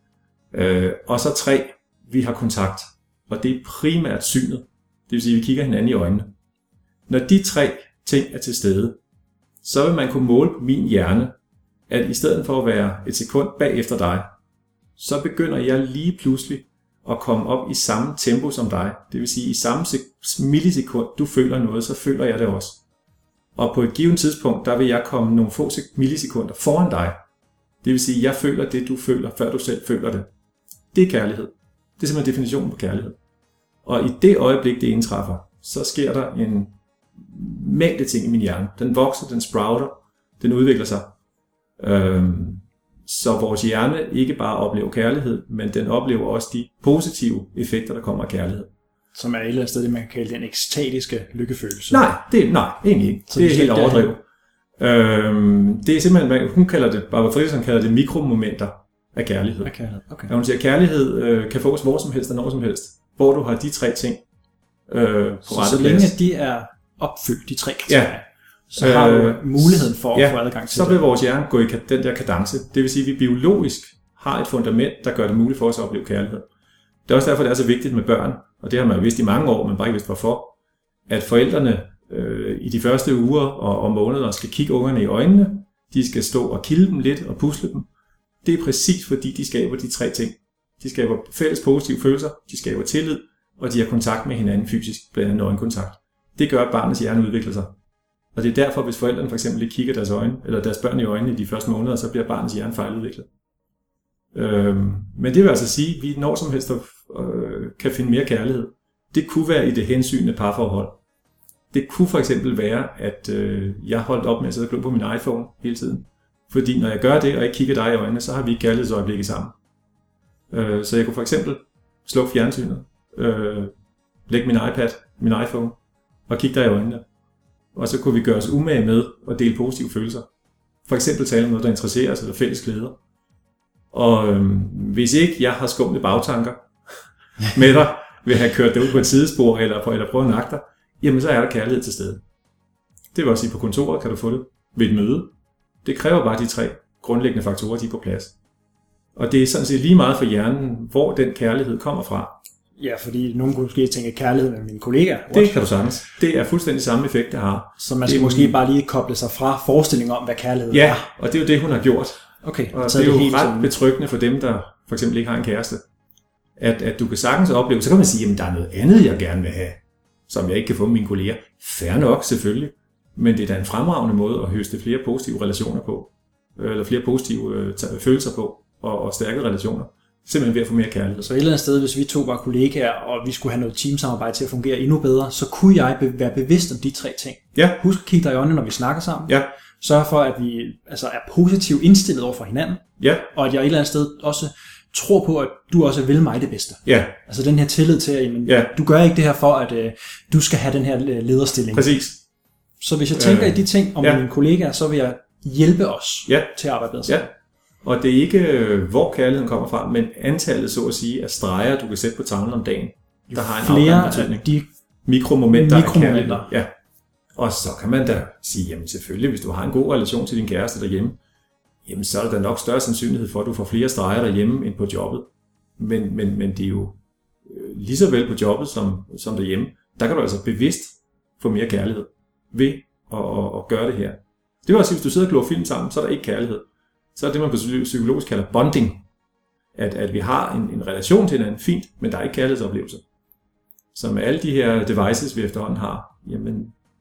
Og så 3, vi har kontakt. Og det er primært synet. Det vil sige, at vi kigger hinanden i øjnene. Når de 3 ting er til stede, så vil man kunne måle på min hjerne, at i stedet for at være et sekund bagefter dig, så begynder jeg lige pludselig at komme op i samme tempo som dig. Det vil sige, i samme millisekund, du føler noget, så føler jeg det også. Og på et givet tidspunkt, der vil jeg komme nogle få millisekunder foran dig. Det vil sige, at jeg føler det, du føler, før du selv føler det. Det er kærlighed. Det er simpelthen definitionen på kærlighed. Og i det øjeblik, det indtræffer, så sker der en mængde ting i min hjerne. Den vokser, den sprouter, den udvikler sig. Så vores hjerne ikke bare oplever kærlighed, men den oplever også de positive effekter, der kommer af kærlighed. Som er et eller andet sted, det man kan kalde den ekstatiske lykkefølelse. Nej, egentlig ikke. Så det er helt overdrevet. Det er simpelthen, hun kalder det, Barbara Fredrickson kalder det mikromomenter af kærlighed. Okay. Når hun siger, at kærlighed kan fås hvor som helst og når som helst, hvor du har de 3 ting på rette plads. Så længe de er opfyldt, de 3 kriterier, så har du muligheden for at få adgang til så vil vores hjerne gå i den der kadence. Det vil sige, at vi biologisk har et fundament, der gør det muligt for os at opleve kærlighed. Det er også derfor, det er så vigtigt med børn, og det har man jo vidst i mange år, men bare ikke vidst hvorfor, at forældrene i de første uger og måneder skal kigge ungerne i øjnene, de skal stå og kilde dem lidt og pusle dem. Det er præcis fordi, de skaber de 3 ting. De skaber fælles positive følelser, de skaber tillid, og de har kontakt med hinanden fysisk, blandt andet øjenkontakt. Det gør, at barnets hjerne udvikler sig. Og det er derfor, hvis forældrene for eksempel ikke kigger deres børn i øjnene i de første måneder, så bliver barnets hjerne fejludviklet. Men det vil altså sige, at vi når som helst kan finde mere kærlighed. Det kunne være i det hensynende parforhold. Det kunne for eksempel være, at jeg holdt op med at sidde og glo på min iPhone hele tiden. Fordi når jeg gør det, og ikke kigger dig i øjnene, så har vi ikke kærlighedsøjeblikke sammen. Så jeg kunne for eksempel slukke fjernsynet, lægge min iPad, min iPhone, og kigge dig i øjnene. Og så kunne vi gøre os umage med at dele positive følelser. For eksempel tale om noget, der interesserer os, eller fælles glæder. Og hvis ikke jeg har skumle bagtanker med dig, ved at have kørt dig ud på et sidespor, eller prøve at nakke dig, jamen så er der kærlighed til stede. Det vil også sige, på kontoret kan du få det ved et møde. Det kræver bare de 3 grundlæggende faktorer, de er på plads. Og det er sådan set lige meget for hjernen, hvor den kærlighed kommer fra. Ja, fordi nogen kunne måske tænke kærlighed med mine kollegaer. Det kan du sagtens. Det er fuldstændig samme effekt, det har. Så man skal måske bare lige koble sig fra forestillingen om, hvad kærlighed er. Ja, og det er jo det, hun har gjort. Okay, og det er jo ret betryggende for dem, der for eksempel ikke har en kæreste. At du kan sagtens opleve, så kan man sige, at der er noget andet, jeg gerne vil have, som jeg ikke kan få med mine kolleger. Fair nok, selvfølgelig. Men det er da en fremragende måde at høste flere positive relationer på. Eller flere positive følelser på. Og stærke relationer. Simpelthen ved at få mere kærlighed. Så et eller andet sted, hvis vi 2 var kollegaer, og vi skulle have noget teamsamarbejde til at fungere endnu bedre, så kunne jeg være bevidst om de 3 ting. Ja. Husk at kigge dig i øjnene, når vi snakker sammen. Ja. Sørg for, at vi er positivt indstillet over for hinanden. Ja. Og at jeg et eller andet sted også tror på, at du også vil mig det bedste. Ja. Altså den her tillid til, at du gør ikke det her for, at du skal have den her lederstilling. Præcis. Så hvis jeg tænker i de ting om mine kollegaer, så vil jeg hjælpe os til at arbejde bedre sammen. Ja. Og det er ikke, hvor kærligheden kommer fra, men antallet, så at sige, af streger, du kan sætte på tavlen om dagen, der har en afgørende betydning. De mikromomenter af kærlighed. Ja. Og så kan man da sige, jamen selvfølgelig, hvis du har en god relation til din kæreste derhjemme, jamen så er der da nok større sandsynlighed for, at du får flere streger derhjemme end på jobbet. Men det er jo lige så vel på jobbet som derhjemme. Der kan du altså bevidst få mere kærlighed ved at gøre det her. Det vil også sige, hvis du sidder og glor film sammen, så er der ikke kærlighed. Så er det, man på psykologisk kalder bonding. At vi har en relation til hinanden, fint, men der er ikke kærlighedsoplevelse. Så med alle de her devices, vi efterhånden har, jamen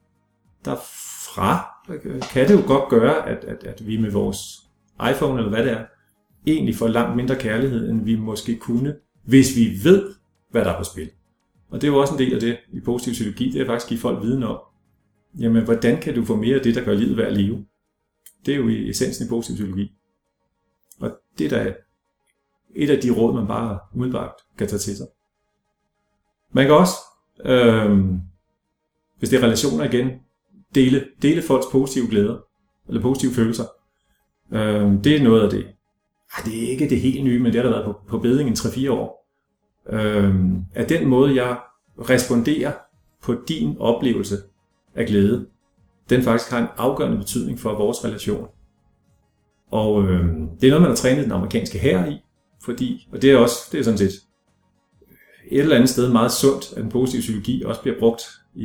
derfra kan det jo godt gøre, at vi med vores iPhone, eller hvad det er, egentlig får langt mindre kærlighed, end vi måske kunne, hvis vi ved, hvad der er på spil. Og det er jo også en del af det i positiv psykologi, det er faktisk at give folk viden om, jamen hvordan kan du få mere af det, der gør livet værd at leve? Det er jo i essensen i positiv psykologi. Og det er da et af de råd, man bare umiddelbart kan tage til sig. Man kan også, hvis det er relationer igen, dele folks positive glæder, eller positive følelser. Det er noget af det. Det er ikke det helt nye, men det har der været på beding i 3-4 år. At den måde, jeg responderer på din oplevelse af glæde, den faktisk har en afgørende betydning for vores relation. Og det er noget, man har trænet den amerikanske hær i, fordi, og det er sådan set et eller andet sted meget sundt, at den positive psykologi også bliver brugt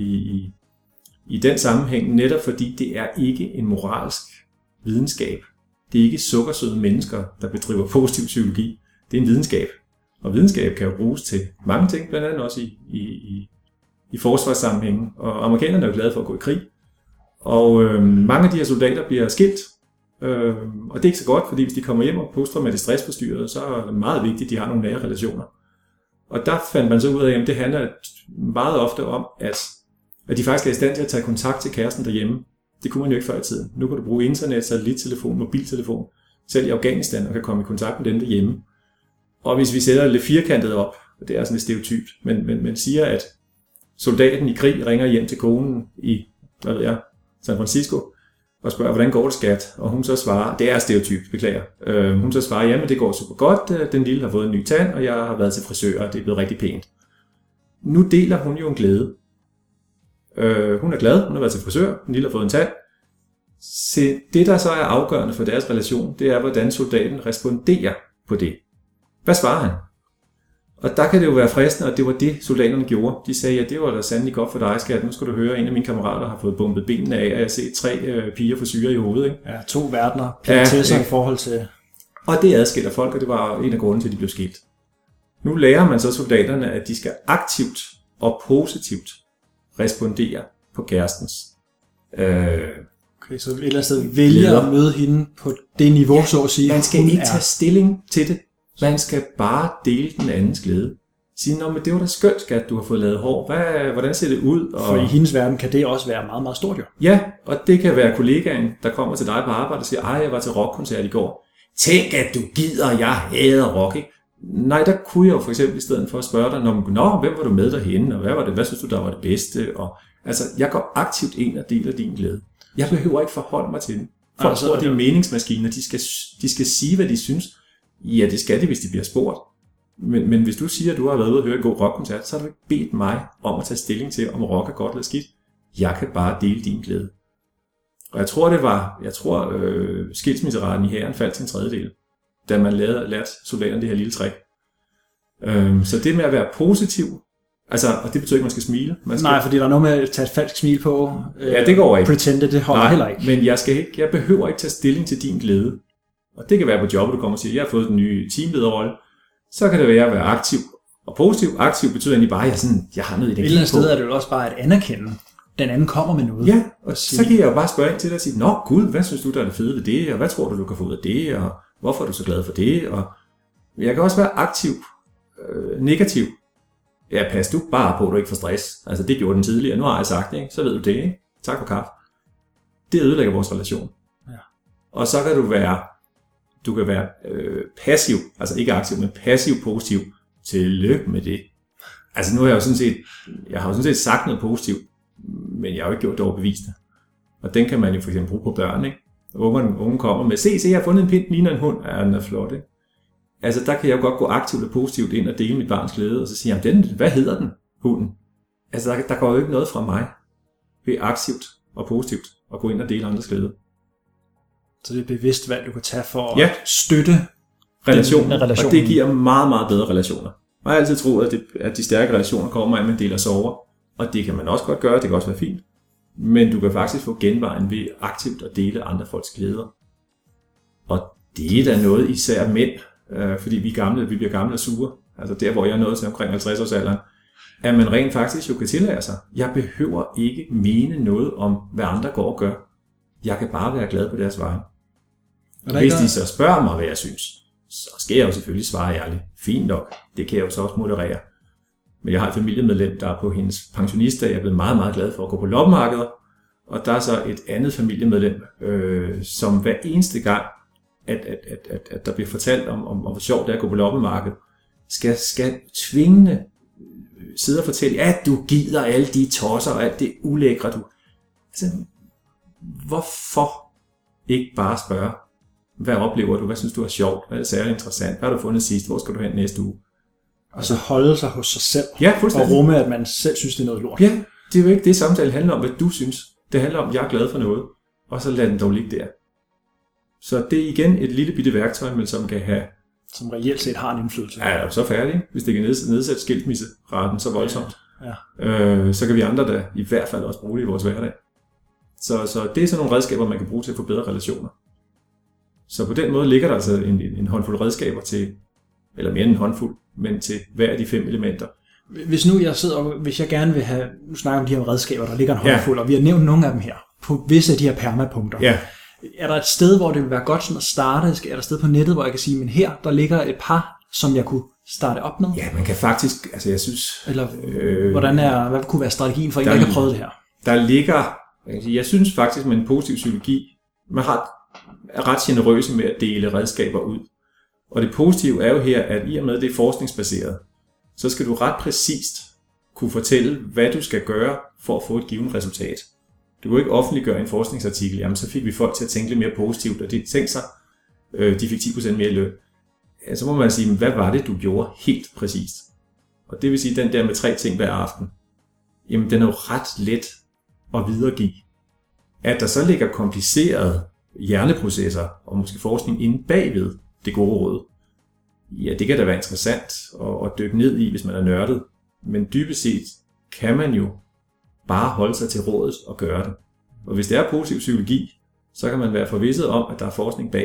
i den sammenhæng, netop fordi det er ikke en moralsk videnskab. Det er ikke sukkersøde mennesker, der bedriver positiv psykologi. Det er en videnskab. Og videnskab kan jo bruges til mange ting, blandt andet også i forsvarssammenhængen. Og amerikanerne er jo glade for at gå i krig. Og mange af de her soldater bliver skilt. Og det er ikke så godt, fordi hvis de kommer hjem og posttraumatisk stressforstyrret, så er det meget vigtigt, at de har nogle nære relationer. Og der fandt man så ud af, at det handler meget ofte om, at de faktisk er i stand til at tage kontakt til kæresten derhjemme. Det kunne man jo ikke før i tiden. Nu kan du bruge internet, satellittelefon, mobiltelefon, selv i Afghanistan, og kan komme i kontakt med dem derhjemme. Og hvis vi sætter lidt firkantet op, og det er sådan et stereotypt, men siger, at soldaten i krig ringer hjem til konen i, San Francisco, og spørger, hvordan går det, skat? Og hun så svarer, det er stereotypt, beklager. Hun så svarer, jamen det går super godt, den lille har fået en ny tand, og jeg har været til frisør, og det er blevet rigtig pænt. Nu deler hun jo en glæde. Hun er glad, hun har været til frisør, den lille har fået en tand. Se, det der så er afgørende for deres relation, det er, hvordan soldaten responderer på det. Hvad svarer han? Og der kan det jo være fristende, og det var det, soldaterne gjorde. De sagde, ja, det var da sandelig godt for dig, skat. Nu skal du høre, en af mine kammerater har fået bumpet benene af, og jeg har set 3 piger få syre i hovedet. Ikke? Ja, 2 verdener til sig i forhold til... Og det adskiller folk, og det var en af grundene til, at de blev skilt. Nu lærer man så soldaterne, at de skal aktivt og positivt respondere på kærestens Okay, så et eller andet sted vælger at møde hende på det niveau, så at sige. Man skal ikke tage stilling til det. Man skal bare dele den andens glæde. Sige, nå, men det var da skønt, skat, du har fået lavet hår. Hvordan ser det ud? For i hendes verden kan det også være meget, meget stort jo. Ja, og det kan være kollegaen, der kommer til dig på arbejde og siger, jeg var til rockkoncert i går. Tænk, at du gider, jeg hader rock, ikke? Nej, der kunne jeg jo for eksempel i stedet for at spørge dig, nå, hvem var du med derhenne, og hvad synes du, der var det bedste? Og, altså, jeg går aktivt ind og deler din glæde. Jeg behøver ikke forholde mig til den. Folk tror, det er meningsmaskiner, de skal sige, hvad de synes. Ja, det skal de, hvis de bliver spurgt. Men hvis du siger, at du har været ude og høre en god rockkoncert, så har du ikke bedt mig om at tage stilling til, om rock er godt eller skidt. Jeg kan bare dele din glæde. Og jeg tror, skilsmisseraten i hæren faldt til en tredjedel, da man lærte soldaterne det her lille trick. Så det med at være positiv, altså, og det betyder ikke, at man skal smile. Nej, fordi der er noget med at tage et falsk smil på. Ja, det går ikke. Pretende, det holder heller ikke. Men jeg behøver ikke tage stilling til din glæde. Og det kan være på jobbet, du kommer og siger, jeg har fået den nye teamlederrolle. Så kan det være at være aktiv og positiv. Aktiv betyder egentlig bare, at jeg har noget energi på. Et eller andet sted er det jo også bare at anerkende, den anden kommer med noget. Ja, og så kan jeg jo bare spørge ind til dig og sige, nå gud, hvad synes du, der er det fede ved det, og hvad tror du kan få ud af det, og hvorfor er du så glad for det, og jeg kan også være aktiv, negativ. Ja, pas du bare på, at du ikke får stress. Altså det gjorde den tidligere, nu har jeg sagt det, ikke? Så ved du det, ikke? Tak for kaffe. Det ødelægger vores relation. Ja. Og så kan du kan være passiv, altså ikke aktiv, men passiv positiv. Tillykke med det. Altså nu har jeg jo sådan set sagt noget positivt, men jeg har jo ikke gjort det overbevisende. Og den kan man jo for eksempel bruge på børn, ikke? Ungen kommer med, se, jeg har fundet en pind, ligner en hund. Ja, den er flot, ikke? Altså der kan jeg jo godt gå aktivt og positivt ind og dele mit barns glæde, og så sige, hvad hedder den, hunden? Altså der går jo ikke noget fra mig ved aktivt og positivt at gå ind og dele andres glæde. Så det er et bevidst valg, du kan tage for at støtte relationen, og det giver meget, meget bedre relationer. Jeg har altid troet, at de stærke relationer kommer af, at man deler sorger, og det kan man også godt gøre, det kan også være fint. Men du kan faktisk få genvejen ved aktivt at dele andre folks glæder. Og det er da noget især mænd, fordi vi bliver gamle og sure, altså der hvor jeg er nået til omkring 50-årsalderen, at man rent faktisk jo kan tillære sig. Jeg behøver ikke mene noget om, hvad andre går og gør. Jeg kan bare være glad på deres vegne. Hvis de så spørger mig, hvad jeg synes, så skal jeg jo selvfølgelig svare ærligt. Fint nok, det kan jeg jo så også moderere. Men jeg har et familiemedlem, der er på hendes pensionister. Jeg er blevet meget, meget glad for at gå på loppemarkeder. Og der er så et andet familiemedlem, som hver eneste gang, at der bliver fortalt om hvor sjovt det er at gå på loppemarked, skal tvingende sidde og fortælle, at du gider alle de tosser og alt det ulækre, du... Altså, hvorfor ikke bare spørge, hvad oplever du, hvad synes du er sjovt, hvad er det særligt interessant, hvad har du fundet sidst, hvor skal du hen næste uge? Og så holde sig hos sig selv, og rumme, at man selv synes, det er noget lort. Ja, det er jo ikke det samtale handler om, hvad du synes. Det handler om, at jeg er glad for noget, og så lad den dog ligge der. Så det er igen et lille bitte værktøj, men som kan have... Som reelt set har en indflydelse. Ja, så færdig. Hvis det kan nedsætte skilsmisseraten så voldsomt, så kan vi andre da i hvert fald også bruge det i vores hverdag. Så det er sådan nogle redskaber, man kan bruge til at få bedre relationer. Så på den måde ligger der altså en håndfuld redskaber til, eller mere end en håndfuld, men til hver af de 5 elementer. Hvis jeg gerne vil have, nu snakker om de her redskaber, der ligger en håndfuld, og vi har nævnt nogle af dem her, på visse af de her permapunkter. Ja. Er der et sted, hvor det vil være godt sådan at starte? Er der et sted på nettet, hvor jeg kan sige, men her, der ligger et par, som jeg kunne starte op med? Ja, man kan faktisk, altså jeg synes... Eller hvad kunne være strategien for en, der ikke har prøvet det her? Der ligger, jeg synes faktisk med en positiv psykologi, man er ret generøse med at dele redskaber ud. Og det positive er jo her, at i og med det er forskningsbaseret, så skal du ret præcist kunne fortælle, hvad du skal gøre for at få et givet resultat. Du kan ikke offentliggøre en forskningsartikel, jamen så fik vi folk til at tænke lidt mere positivt, og de tænkte sig, de fik 10% mere i løn. Ja, så må man sige, hvad var det, du gjorde helt præcist? Og det vil sige, den der med 3 ting hver aften, jamen den er jo ret let at videregive. At der så ligger komplicerede hjerneprocesser, og måske forskning inde bagved det gode råd, ja, det kan da være interessant at dykke ned i, hvis man er nørdet. Men dybest set kan man jo bare holde sig til rådet og gøre det. Og hvis det er positiv psykologi, så kan man være forvisset om, at der er forskning bag.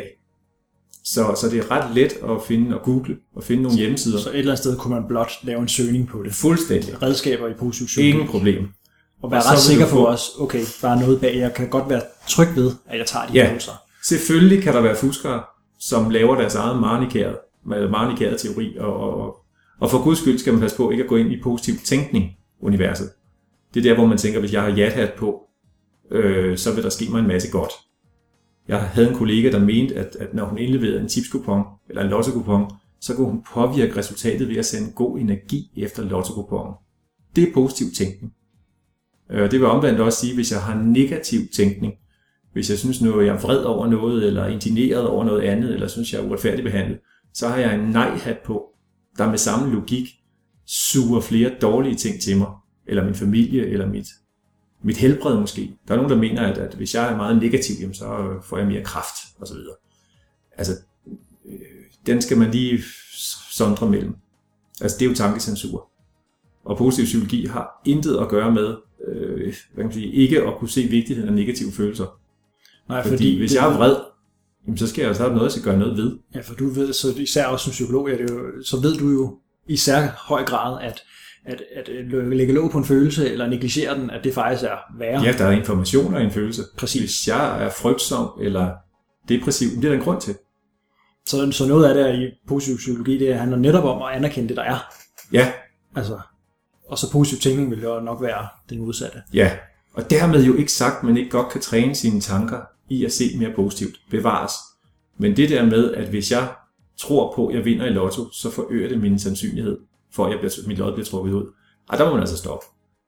Så det er ret let at finde og google og finde nogle hjemmesider. Så et eller andet sted kunne man blot lave en søgning på det. Fuldstændig. Redskaber i positiv psykologi. Ingen problem. Og være ret sikker på også, okay, der er noget bag, jeg kan godt være tryg ved, at jeg tager de øvelser. Selvfølgelig kan der være fuskere, som laver deres eget marnikærede teori, og for guds skyld skal man passe på ikke at gå ind i positiv tænkning-universet. Det er der, hvor man tænker, hvis jeg har jathat på, så vil der ske mig en masse godt. Jeg havde en kollega, der mente, at når hun indleverede en tipskupon, eller en lotto-kupon, så kunne hun påvirke resultatet ved at sende god energi efter lotto-kuponen. Det er positiv tænkning. Det vil omvendt også sige, hvis jeg har negativ tænkning, hvis jeg synes, jeg er vred over noget, eller indigneret over noget andet, eller synes, jeg er uretfærdigt behandlet, så har jeg en nej-hat på, der med samme logik suger flere dårlige ting til mig, eller min familie, eller mit helbred måske. Der er nogen, der mener, at hvis jeg er meget negativ, så får jeg mere kraft, osv. Altså, den skal man lige sondre mellem. Altså, det er jo tankecensur. Og positiv psykologi har intet at gøre med, ikke at kunne se vigtigheden af negative følelser. Nej, fordi hvis jeg er vred, så skal jeg så have noget, jeg skal gøre noget ved. Ja, for du ved, så især også som psykolog, så ved du jo i særlig høj grad, at lægge låg på en følelse, eller negligere den, at det faktisk er værre. Ja, der er informationer i en følelse. Præcis. Hvis jeg er frygtsom eller depressiv, det er der en grund til. Så noget af det i positiv psykologi, det handler netop om at anerkende det, der er. Ja. Altså, og så positiv tænkning vil jo nok være det modsatte. Ja, og dermed jo ikke sagt, at man ikke godt kan træne sine tanker i at se mere positivt. Bevares. Men det der med, at hvis jeg tror på, at jeg vinder i lotto, så forøger det min sandsynlighed for, at mit lod bliver trukket ud. Og der må man altså stoppe.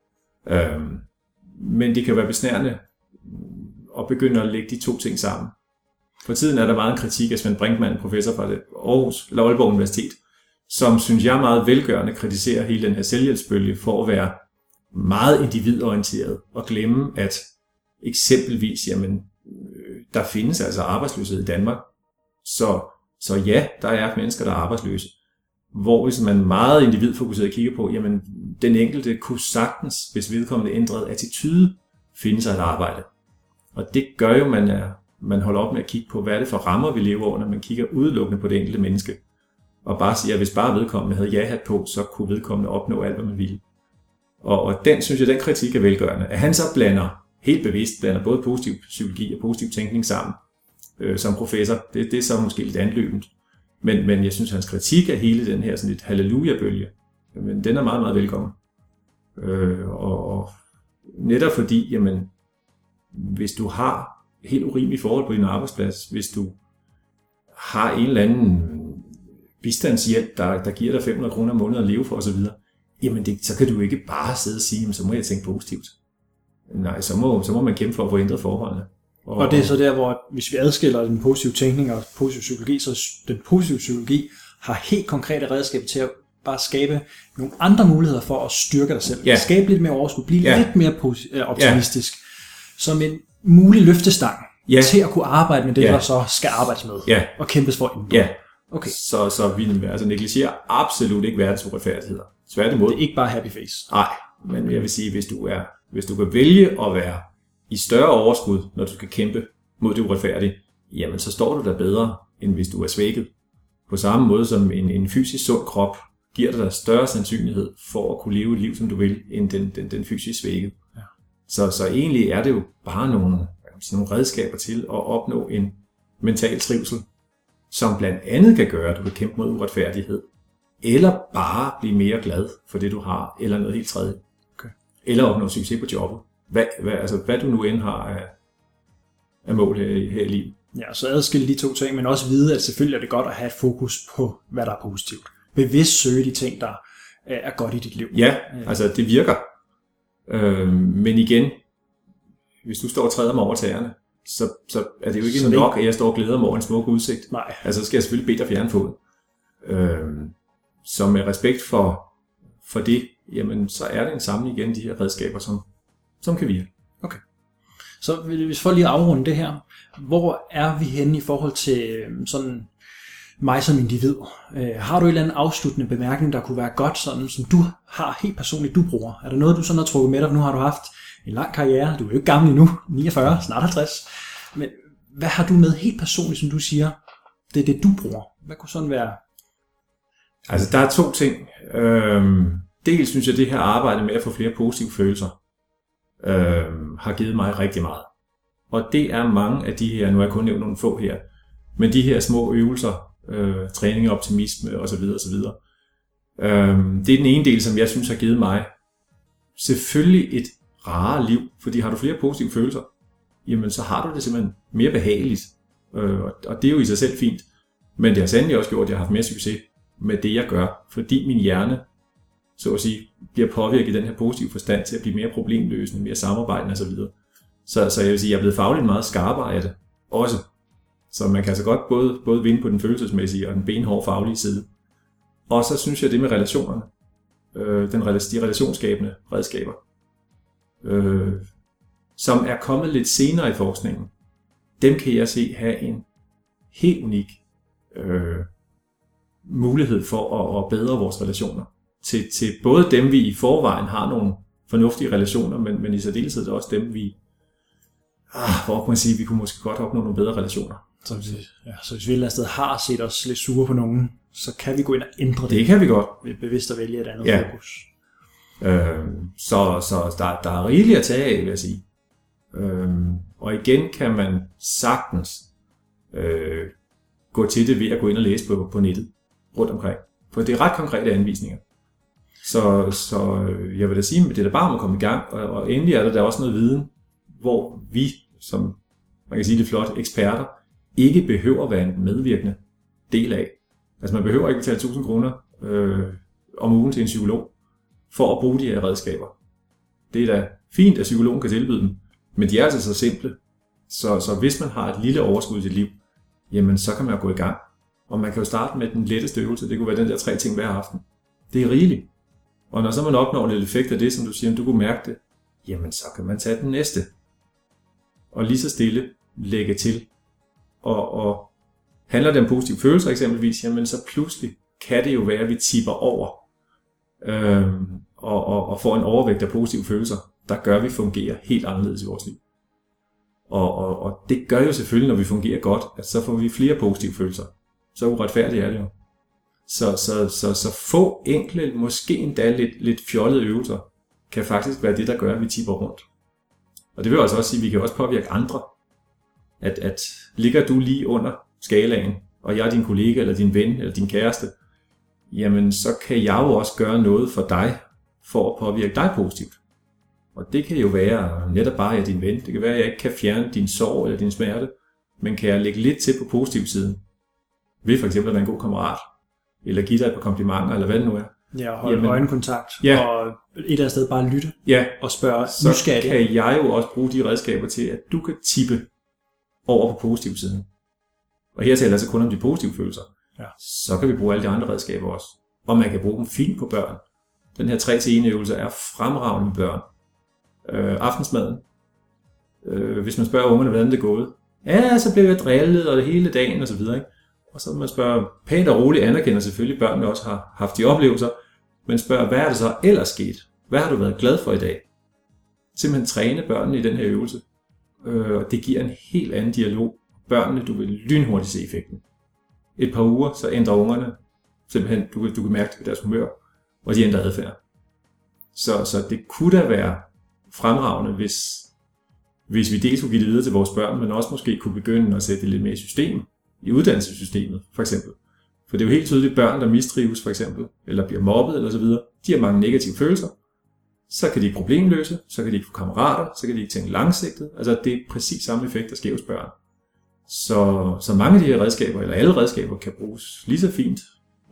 Men det kan være besnærende at begynde at lægge de to ting sammen. For tiden er der meget en kritik af Svend Brinkmann, professor fra det Aalborg Universitet, som synes jeg meget velgørende kritiserer hele den her selvhjælpsbølge for at være meget individorienteret og glemme, at eksempelvis, der findes altså arbejdsløshed i Danmark. Så ja, der er mennesker, der er arbejdsløse. Hvor hvis man meget individfokuseret kigger på, den enkelte kunne sagtens, hvis vedkommende ændrede attitude, finde sig et arbejde. Og det gør jo, man holder op med at kigge på, hvad er det for rammer, vi lever under, når man kigger udelukkende på det enkelte menneske. Og bare siger, at hvis bare vedkommende havde ja-hat på, så kunne vedkommende opnå alt, hvad man ville. Og den, synes jeg, den kritik er velgørende. At han så helt bevidst blander både positiv psykologi og positiv tænkning sammen som professor, det er så måske lidt anløbent. Men jeg synes, hans kritik af hele den her sådan lidt halleluja-bølge, men den er meget, meget velkommen. Og netop fordi, hvis du har helt urimelige forhold på din arbejdsplads, hvis du har en eller anden bistandshjælp, der giver dig 500 kroner om måneden at leve for osv., så kan du ikke bare sidde og sige, så må jeg tænke positivt. Nej, så må man kæmpe for at få ændret forholdene. Og det er så der, hvor hvis vi adskiller den positive tænkning og positiv psykologi, så den positive psykologi har helt konkrete redskaber til at bare skabe nogle andre muligheder for at styrke dig selv. Ja. Skabe lidt mere overskud, blive lidt mere optimistisk. Som en mulig løftestang til at kunne arbejde med det, der så skal arbejdes med og kæmpes for inden. Ja. Okay. Så vi negligerer absolut ikke verdens uretfærdigheder. Tværtimod. Det er ikke bare happy face. Nej, men jeg vil sige, hvis du kan vælge at være i større overskud, når du skal kæmpe mod det uretfærdige, så står du der bedre, end hvis du er svækket. På samme måde som en fysisk sund krop giver dig større sandsynlighed for at kunne leve et liv, som du vil, end den fysisk svækket. Ja. Så egentlig er det jo bare nogle redskaber til at opnå en mental trivsel, som blandt andet kan gøre, at du kan kæmpe mod uretfærdighed, eller bare blive mere glad for det, du har, eller noget helt tredje. Okay. Eller opnå succes på jobbet. Hvad du nu end har af mål her i livet. Ja, så adskille de to ting, men også vide, at selvfølgelig er det godt at have et fokus på, hvad der er positivt. Bevidst søge de ting, der er godt i dit liv. Ja, altså det virker. Men igen, hvis du står og træder mig over tæerne, så er det jo ikke nok, at jeg står og glæder mig over en smuk udsigt. Nej. Altså så skal jeg selvfølgelig bede dig fjerne foden. Så med respekt for det, så er det en samling igen de her redskaber, som kan virke. Okay. Så hvis for lige at afrunde det her, hvor er vi henne i forhold til sådan mig som individ? Har du en eller anden afsluttende bemærkning, der kunne være godt, sådan som du har helt personligt, du bruger? Er der noget, du sådan har trukket med dig? Nu har du haft en lang karriere, du er jo ikke gammel endnu, 49, snart 50. Men hvad har du med helt personligt, som du siger, det er det, du bruger? Hvad kunne sådan være? Altså, der er to ting. Dels synes jeg, det her arbejde med at få flere positive følelser, har givet mig rigtig meget. Og det er mange af de her, nu har jeg kun nævnt nogle få her, men de her små øvelser, træning af optimisme osv. osv. Det er den ene del, som jeg synes har givet mig selvfølgelig et rarere liv, fordi har du flere positive følelser, jamen så har du det simpelthen mere behageligt. Og det er jo i sig selv fint, men det har sandelig også gjort, at jeg har haft mere succes med det, jeg gør, fordi min hjerne, så at sige, bliver påvirket i den her positive forstand til at blive mere problemløsende, mere samarbejdende osv. Så jeg vil sige, at jeg er blevet fagligt meget skarpere af det også. Så man kan altså godt både vinde på den følelsesmæssige og den benhårde faglige side. Og så synes jeg det med relationerne, de relationsskabende redskaber, som er kommet lidt senere i forskningen, dem kan jeg se have en helt unik mulighed for at bedre vores relationer. Til både dem, vi i forvejen har nogle fornuftige relationer, men i særdeleshed også dem, vi hvor kan man sige, vi kunne måske godt opnå nogle bedre relationer. Så hvis vi et eller andet sted har set os lidt sure på nogen, så kan vi gå ind og ændre det. Det kan vi godt. Ved bevidst at vælge et andet fokus. Så der er rigeligt at tage af, vil jeg sige. Og igen kan man sagtens gå til det ved at gå ind og læse på nettet rundt omkring. For det er ret konkrete anvisninger. Så jeg vil da sige, at det er da bare om at komme i gang. Og endelig er der også noget viden, hvor vi, som man kan sige det flot, eksperter, ikke behøver at være en medvirkende del af. Altså man behøver ikke betale 1.000 kroner om ugen til en psykolog, for at bruge de her redskaber. Det er da fint, at psykologen kan tilbyde dem, men de er altså så simple. Så hvis man har et lille overskud i sit liv, jamen så kan man jo gå i gang. Og man kan jo starte med den letteste øvelse, det kunne være den der 3 ting hver aften. Det er rigeligt. Og når så man opnår lidt effekt af det, som du siger, om du kunne mærke det, jamen så kan man tage den næste. Og lige så stille lægge til. Og handler det om positive følelser eksempelvis, jamen så pludselig kan det jo være, at vi tipper over og får en overvægt af positive følelser, der gør, at vi fungerer helt anderledes i vores liv. Og det gør jo selvfølgelig, når vi fungerer godt, at så får vi flere positive følelser. Så uretfærdigt er det jo. Så få enkle, måske endda lidt fjollede øvelser, kan faktisk være det, der gør, at vi tipper rundt. Og det vil altså også sige, at vi kan også påvirke andre. At ligger du lige under skalaen, og jeg er din kollega, eller din ven, eller din kæreste, jamen så kan jeg jo også gøre noget for dig, for at påvirke dig positivt. Og det kan jo være netop bare, at jeg er din ven. Det kan være, at jeg ikke kan fjerne din sorg eller din smerte, men kan jeg lægge lidt til på positiv siden. Ved for eksempel at være en god kammerat, eller give dig et par komplimenter, eller hvad det nu er. Ja, og holde øjenkontakt, og et eller andet sted bare lytte, og spørge, så kan jeg jo også bruge de redskaber til, at du kan tippe over på positiv siden. Og her taler jeg altså kun om de positive følelser. Ja. Så kan vi bruge alle de andre redskaber også. Og man kan bruge dem fint på børn. Den her 3-1 øvelse er fremragende med børn. Aftensmaden. Hvis man spørger ungerne, hvordan det er gået. Ja, så bliver jeg drillet, og det hele dagen, og så videre. Ikke? Og så man spørger pænt og roligt, anerkender selvfølgelig, børnene også har haft de oplevelser, men spørger, hvad er det så ellers sket? Hvad har du været glad for i dag? Simpelthen træne børnene i den her øvelse. Og det giver en helt anden dialog. Børnene, du vil lynhurtigt se effekten. Et par uger, så ændrer ungerne simpelthen, du kan mærke det ved deres humør, og de ændrer adfærd. Så det kunne da være fremragende, hvis vi dels kunne give det videre til vores børn, men også måske kunne begynde at sætte det lidt mere i system, i uddannelsessystemet for eksempel. For det er jo helt tydeligt, børn, der mistrives for eksempel, eller bliver mobbet eller så videre, de har mange negative følelser. Så kan de ikke problemløse, så kan de ikke få kammerater, så kan de ikke tænke langsigtet. Altså det er præcis samme effekt, der sker hos børn. Så mange af de her redskaber, eller alle redskaber, kan bruges lige så fint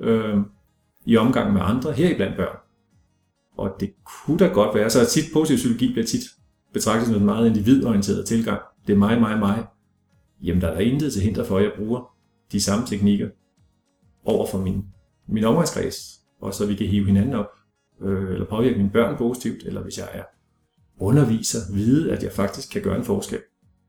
i omgang med andre, heriblandt børn. Og det kunne da godt være, så tit positiv psykologi bliver tit betragtet som en meget individorienteret tilgang. Det er mig. Jamen der er intet til hinder for, at jeg bruger de samme teknikker over for min omgangskreds, og så vi kan hive hinanden op, eller påvirke mine børn positivt, eller hvis jeg er underviser, vide, at jeg faktisk kan gøre en forskel.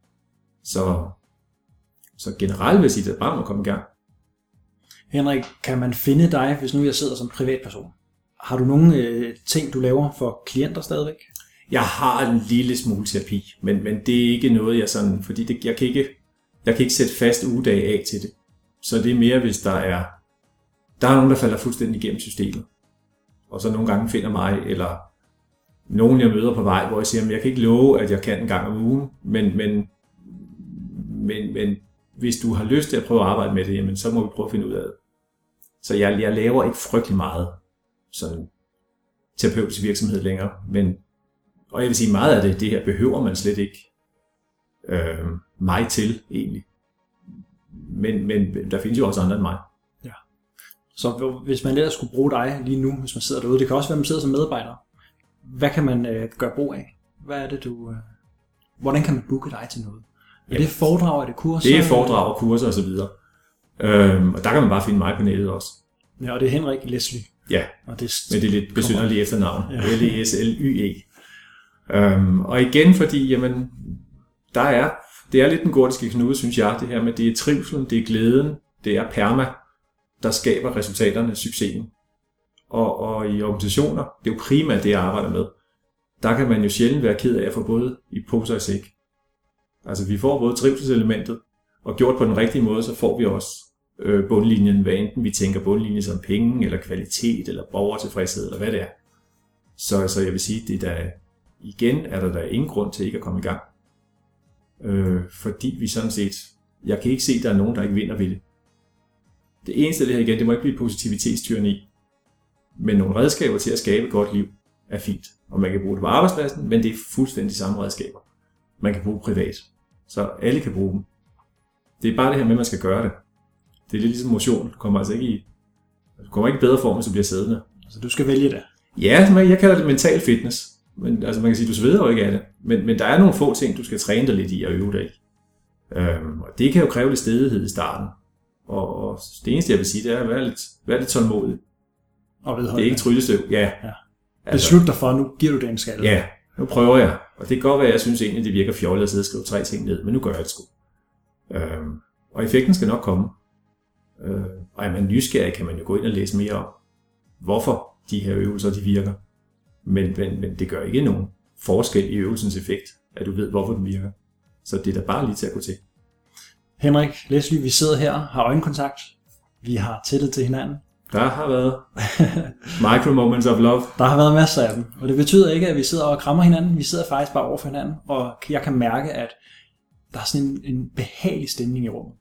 Så generelt vil jeg sige, at det er bare at komme i gang. Henrik, kan man finde dig, hvis nu jeg sidder som privatperson? Har du nogle ting, du laver for klienter stadigvæk? Jeg har en lille smule terapi, men det er ikke noget, jeg sådan, fordi jeg kan ikke sætte fast ugedage af til det. Så det er mere, hvis der er nogen, der falder fuldstændig igennem systemet, og så nogle gange finder mig, eller nogen jeg møder på vej, hvor jeg siger, at jeg kan ikke love, at jeg kan en gang om ugen, men hvis du har lyst til at prøve at arbejde med det, jamen, så må vi prøve at finde ud af det. Så jeg laver ikke frygtelig meget sådan terapeutisk virksomhed længere, og jeg vil sige, meget af det her behøver man slet ikke mig til egentlig. Men der findes jo også andre end mig. Ja. Så hvis man ellers skulle bruge dig lige nu, hvis man sidder derude, det kan også være, at man sidder som medarbejder. Hvad kan man gøre brug af? Hvad er det hvordan kan man booke dig til noget? Er det foredrag, er det kurser? Det er foredrag og kurser osv. Og der kan man bare finde mig på nettet også. Ja, og det er Henrik Lesly. Ja, men det er lidt besynderligt efternavn. Ja. Leslie. Og igen, fordi jamen, det er lidt den gordiske knude, synes jeg, det her med, det er trivselen, det er glæden, det er perma, der skaber resultaterne, succesen. Og i organisationer, det er jo primært det, jeg arbejder med, der kan man jo sjældent være ked af at få både i pose og sæk. Altså vi får både trivselselementet, og gjort på den rigtige måde, så får vi også bundlinjen, hvad enten vi tænker bundlinjen som penge, eller kvalitet, eller borgertilfredshed, eller hvad det er. Så jeg vil sige, igen er der ingen grund til ikke at komme i gang. Fordi vi sådan set, jeg kan ikke se, at der er nogen, der ikke vinder ved det. Det eneste af det her igen, det må ikke blive positivitetstyranni. Men nogle redskaber til at skabe et godt liv er fint. Og man kan bruge det på arbejdspladsen, men det er fuldstændig samme redskaber. Man kan bruge privat. Så alle kan bruge dem. Det er bare det her med, at man skal gøre det. Det er lidt ligesom motion. Du kommer ikke i bedre form, hvis du bliver siddende. Så du skal vælge det? Ja, jeg kalder det mental fitness. Men, altså man kan sige, du sveder jo ikke af det. Men der er nogle få ting, du skal træne dig lidt i og øve dig i. Og det kan jo kræve lidt stedighed i starten. Og det eneste, jeg vil sige, det er at være lidt tålmodig. Det er ikke tryllestøv. Ja. Beslut dig for, nu giver du det en skalle. Ja, nu prøver jeg. Og det kan godt være, at jeg synes egentlig, det virker fjollet at sidde og skrive 3 ting ned, men nu gør jeg det sgu. Og effekten skal nok komme. Og er man nysgerrig, kan man jo gå ind og læse mere om, hvorfor de her øvelser, de virker. Men det gør ikke nogen forskel i øvelsens effekt, at du ved, hvorfor den virker. Så det er da bare lige til at gå til. Henrik, Leslie, vi sidder her, har øjenkontakt. Vi har tættet til hinanden. Der har været micro moments of love. Der har været masser af dem. Og det betyder ikke, at vi sidder og krammer hinanden. Vi sidder faktisk bare over for hinanden. Og jeg kan mærke, at der er sådan en behagelig stemning i rummet.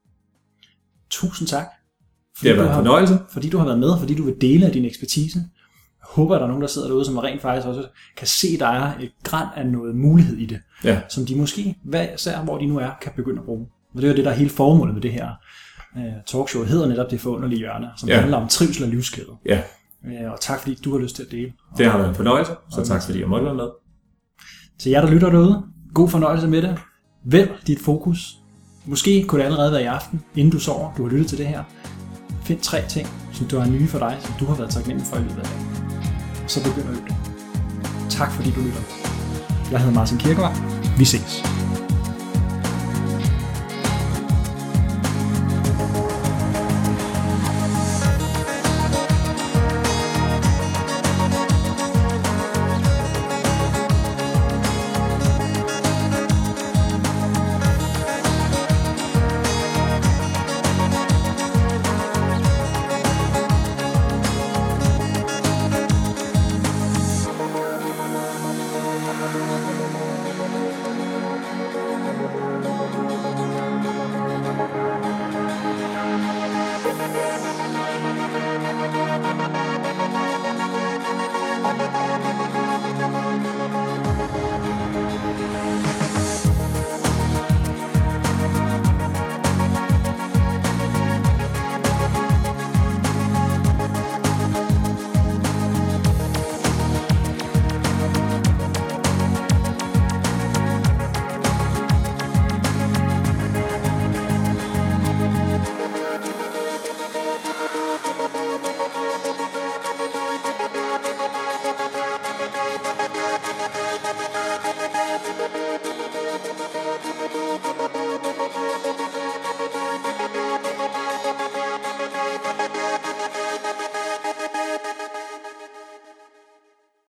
Tusind tak. Det har været en fornøjelse. Fordi du har været med, fordi du vil dele af din ekspertise. Jeg håber, at der er nogen, der sidder derude, som rent faktisk også kan se, at der er et gran af noget mulighed i det. Ja. Som de måske, hvor de nu er, kan begynde at bruge. Og det er jo det, der er hele formålet med det her talkshow. Det hedder netop Det Forunderlige Hjørne, som handler om trivsel og livsglæde. Ja. Og tak, fordi du har lyst til at dele. Det har været en fornøjelse, så tak, fordi jeg måtte være med. Til jer, der lytter derude, god fornøjelse med det. Vælg dit fokus. Måske kunne det allerede være i aften, inden du sover, du har lyttet til det her. Find 3 ting, som du har nye for dig, som du har været taknemmelig for i løbet af dagen. Og så begynder du det. Tak fordi du lytter. Jeg hedder Martin Kirkegaard. Vi ses.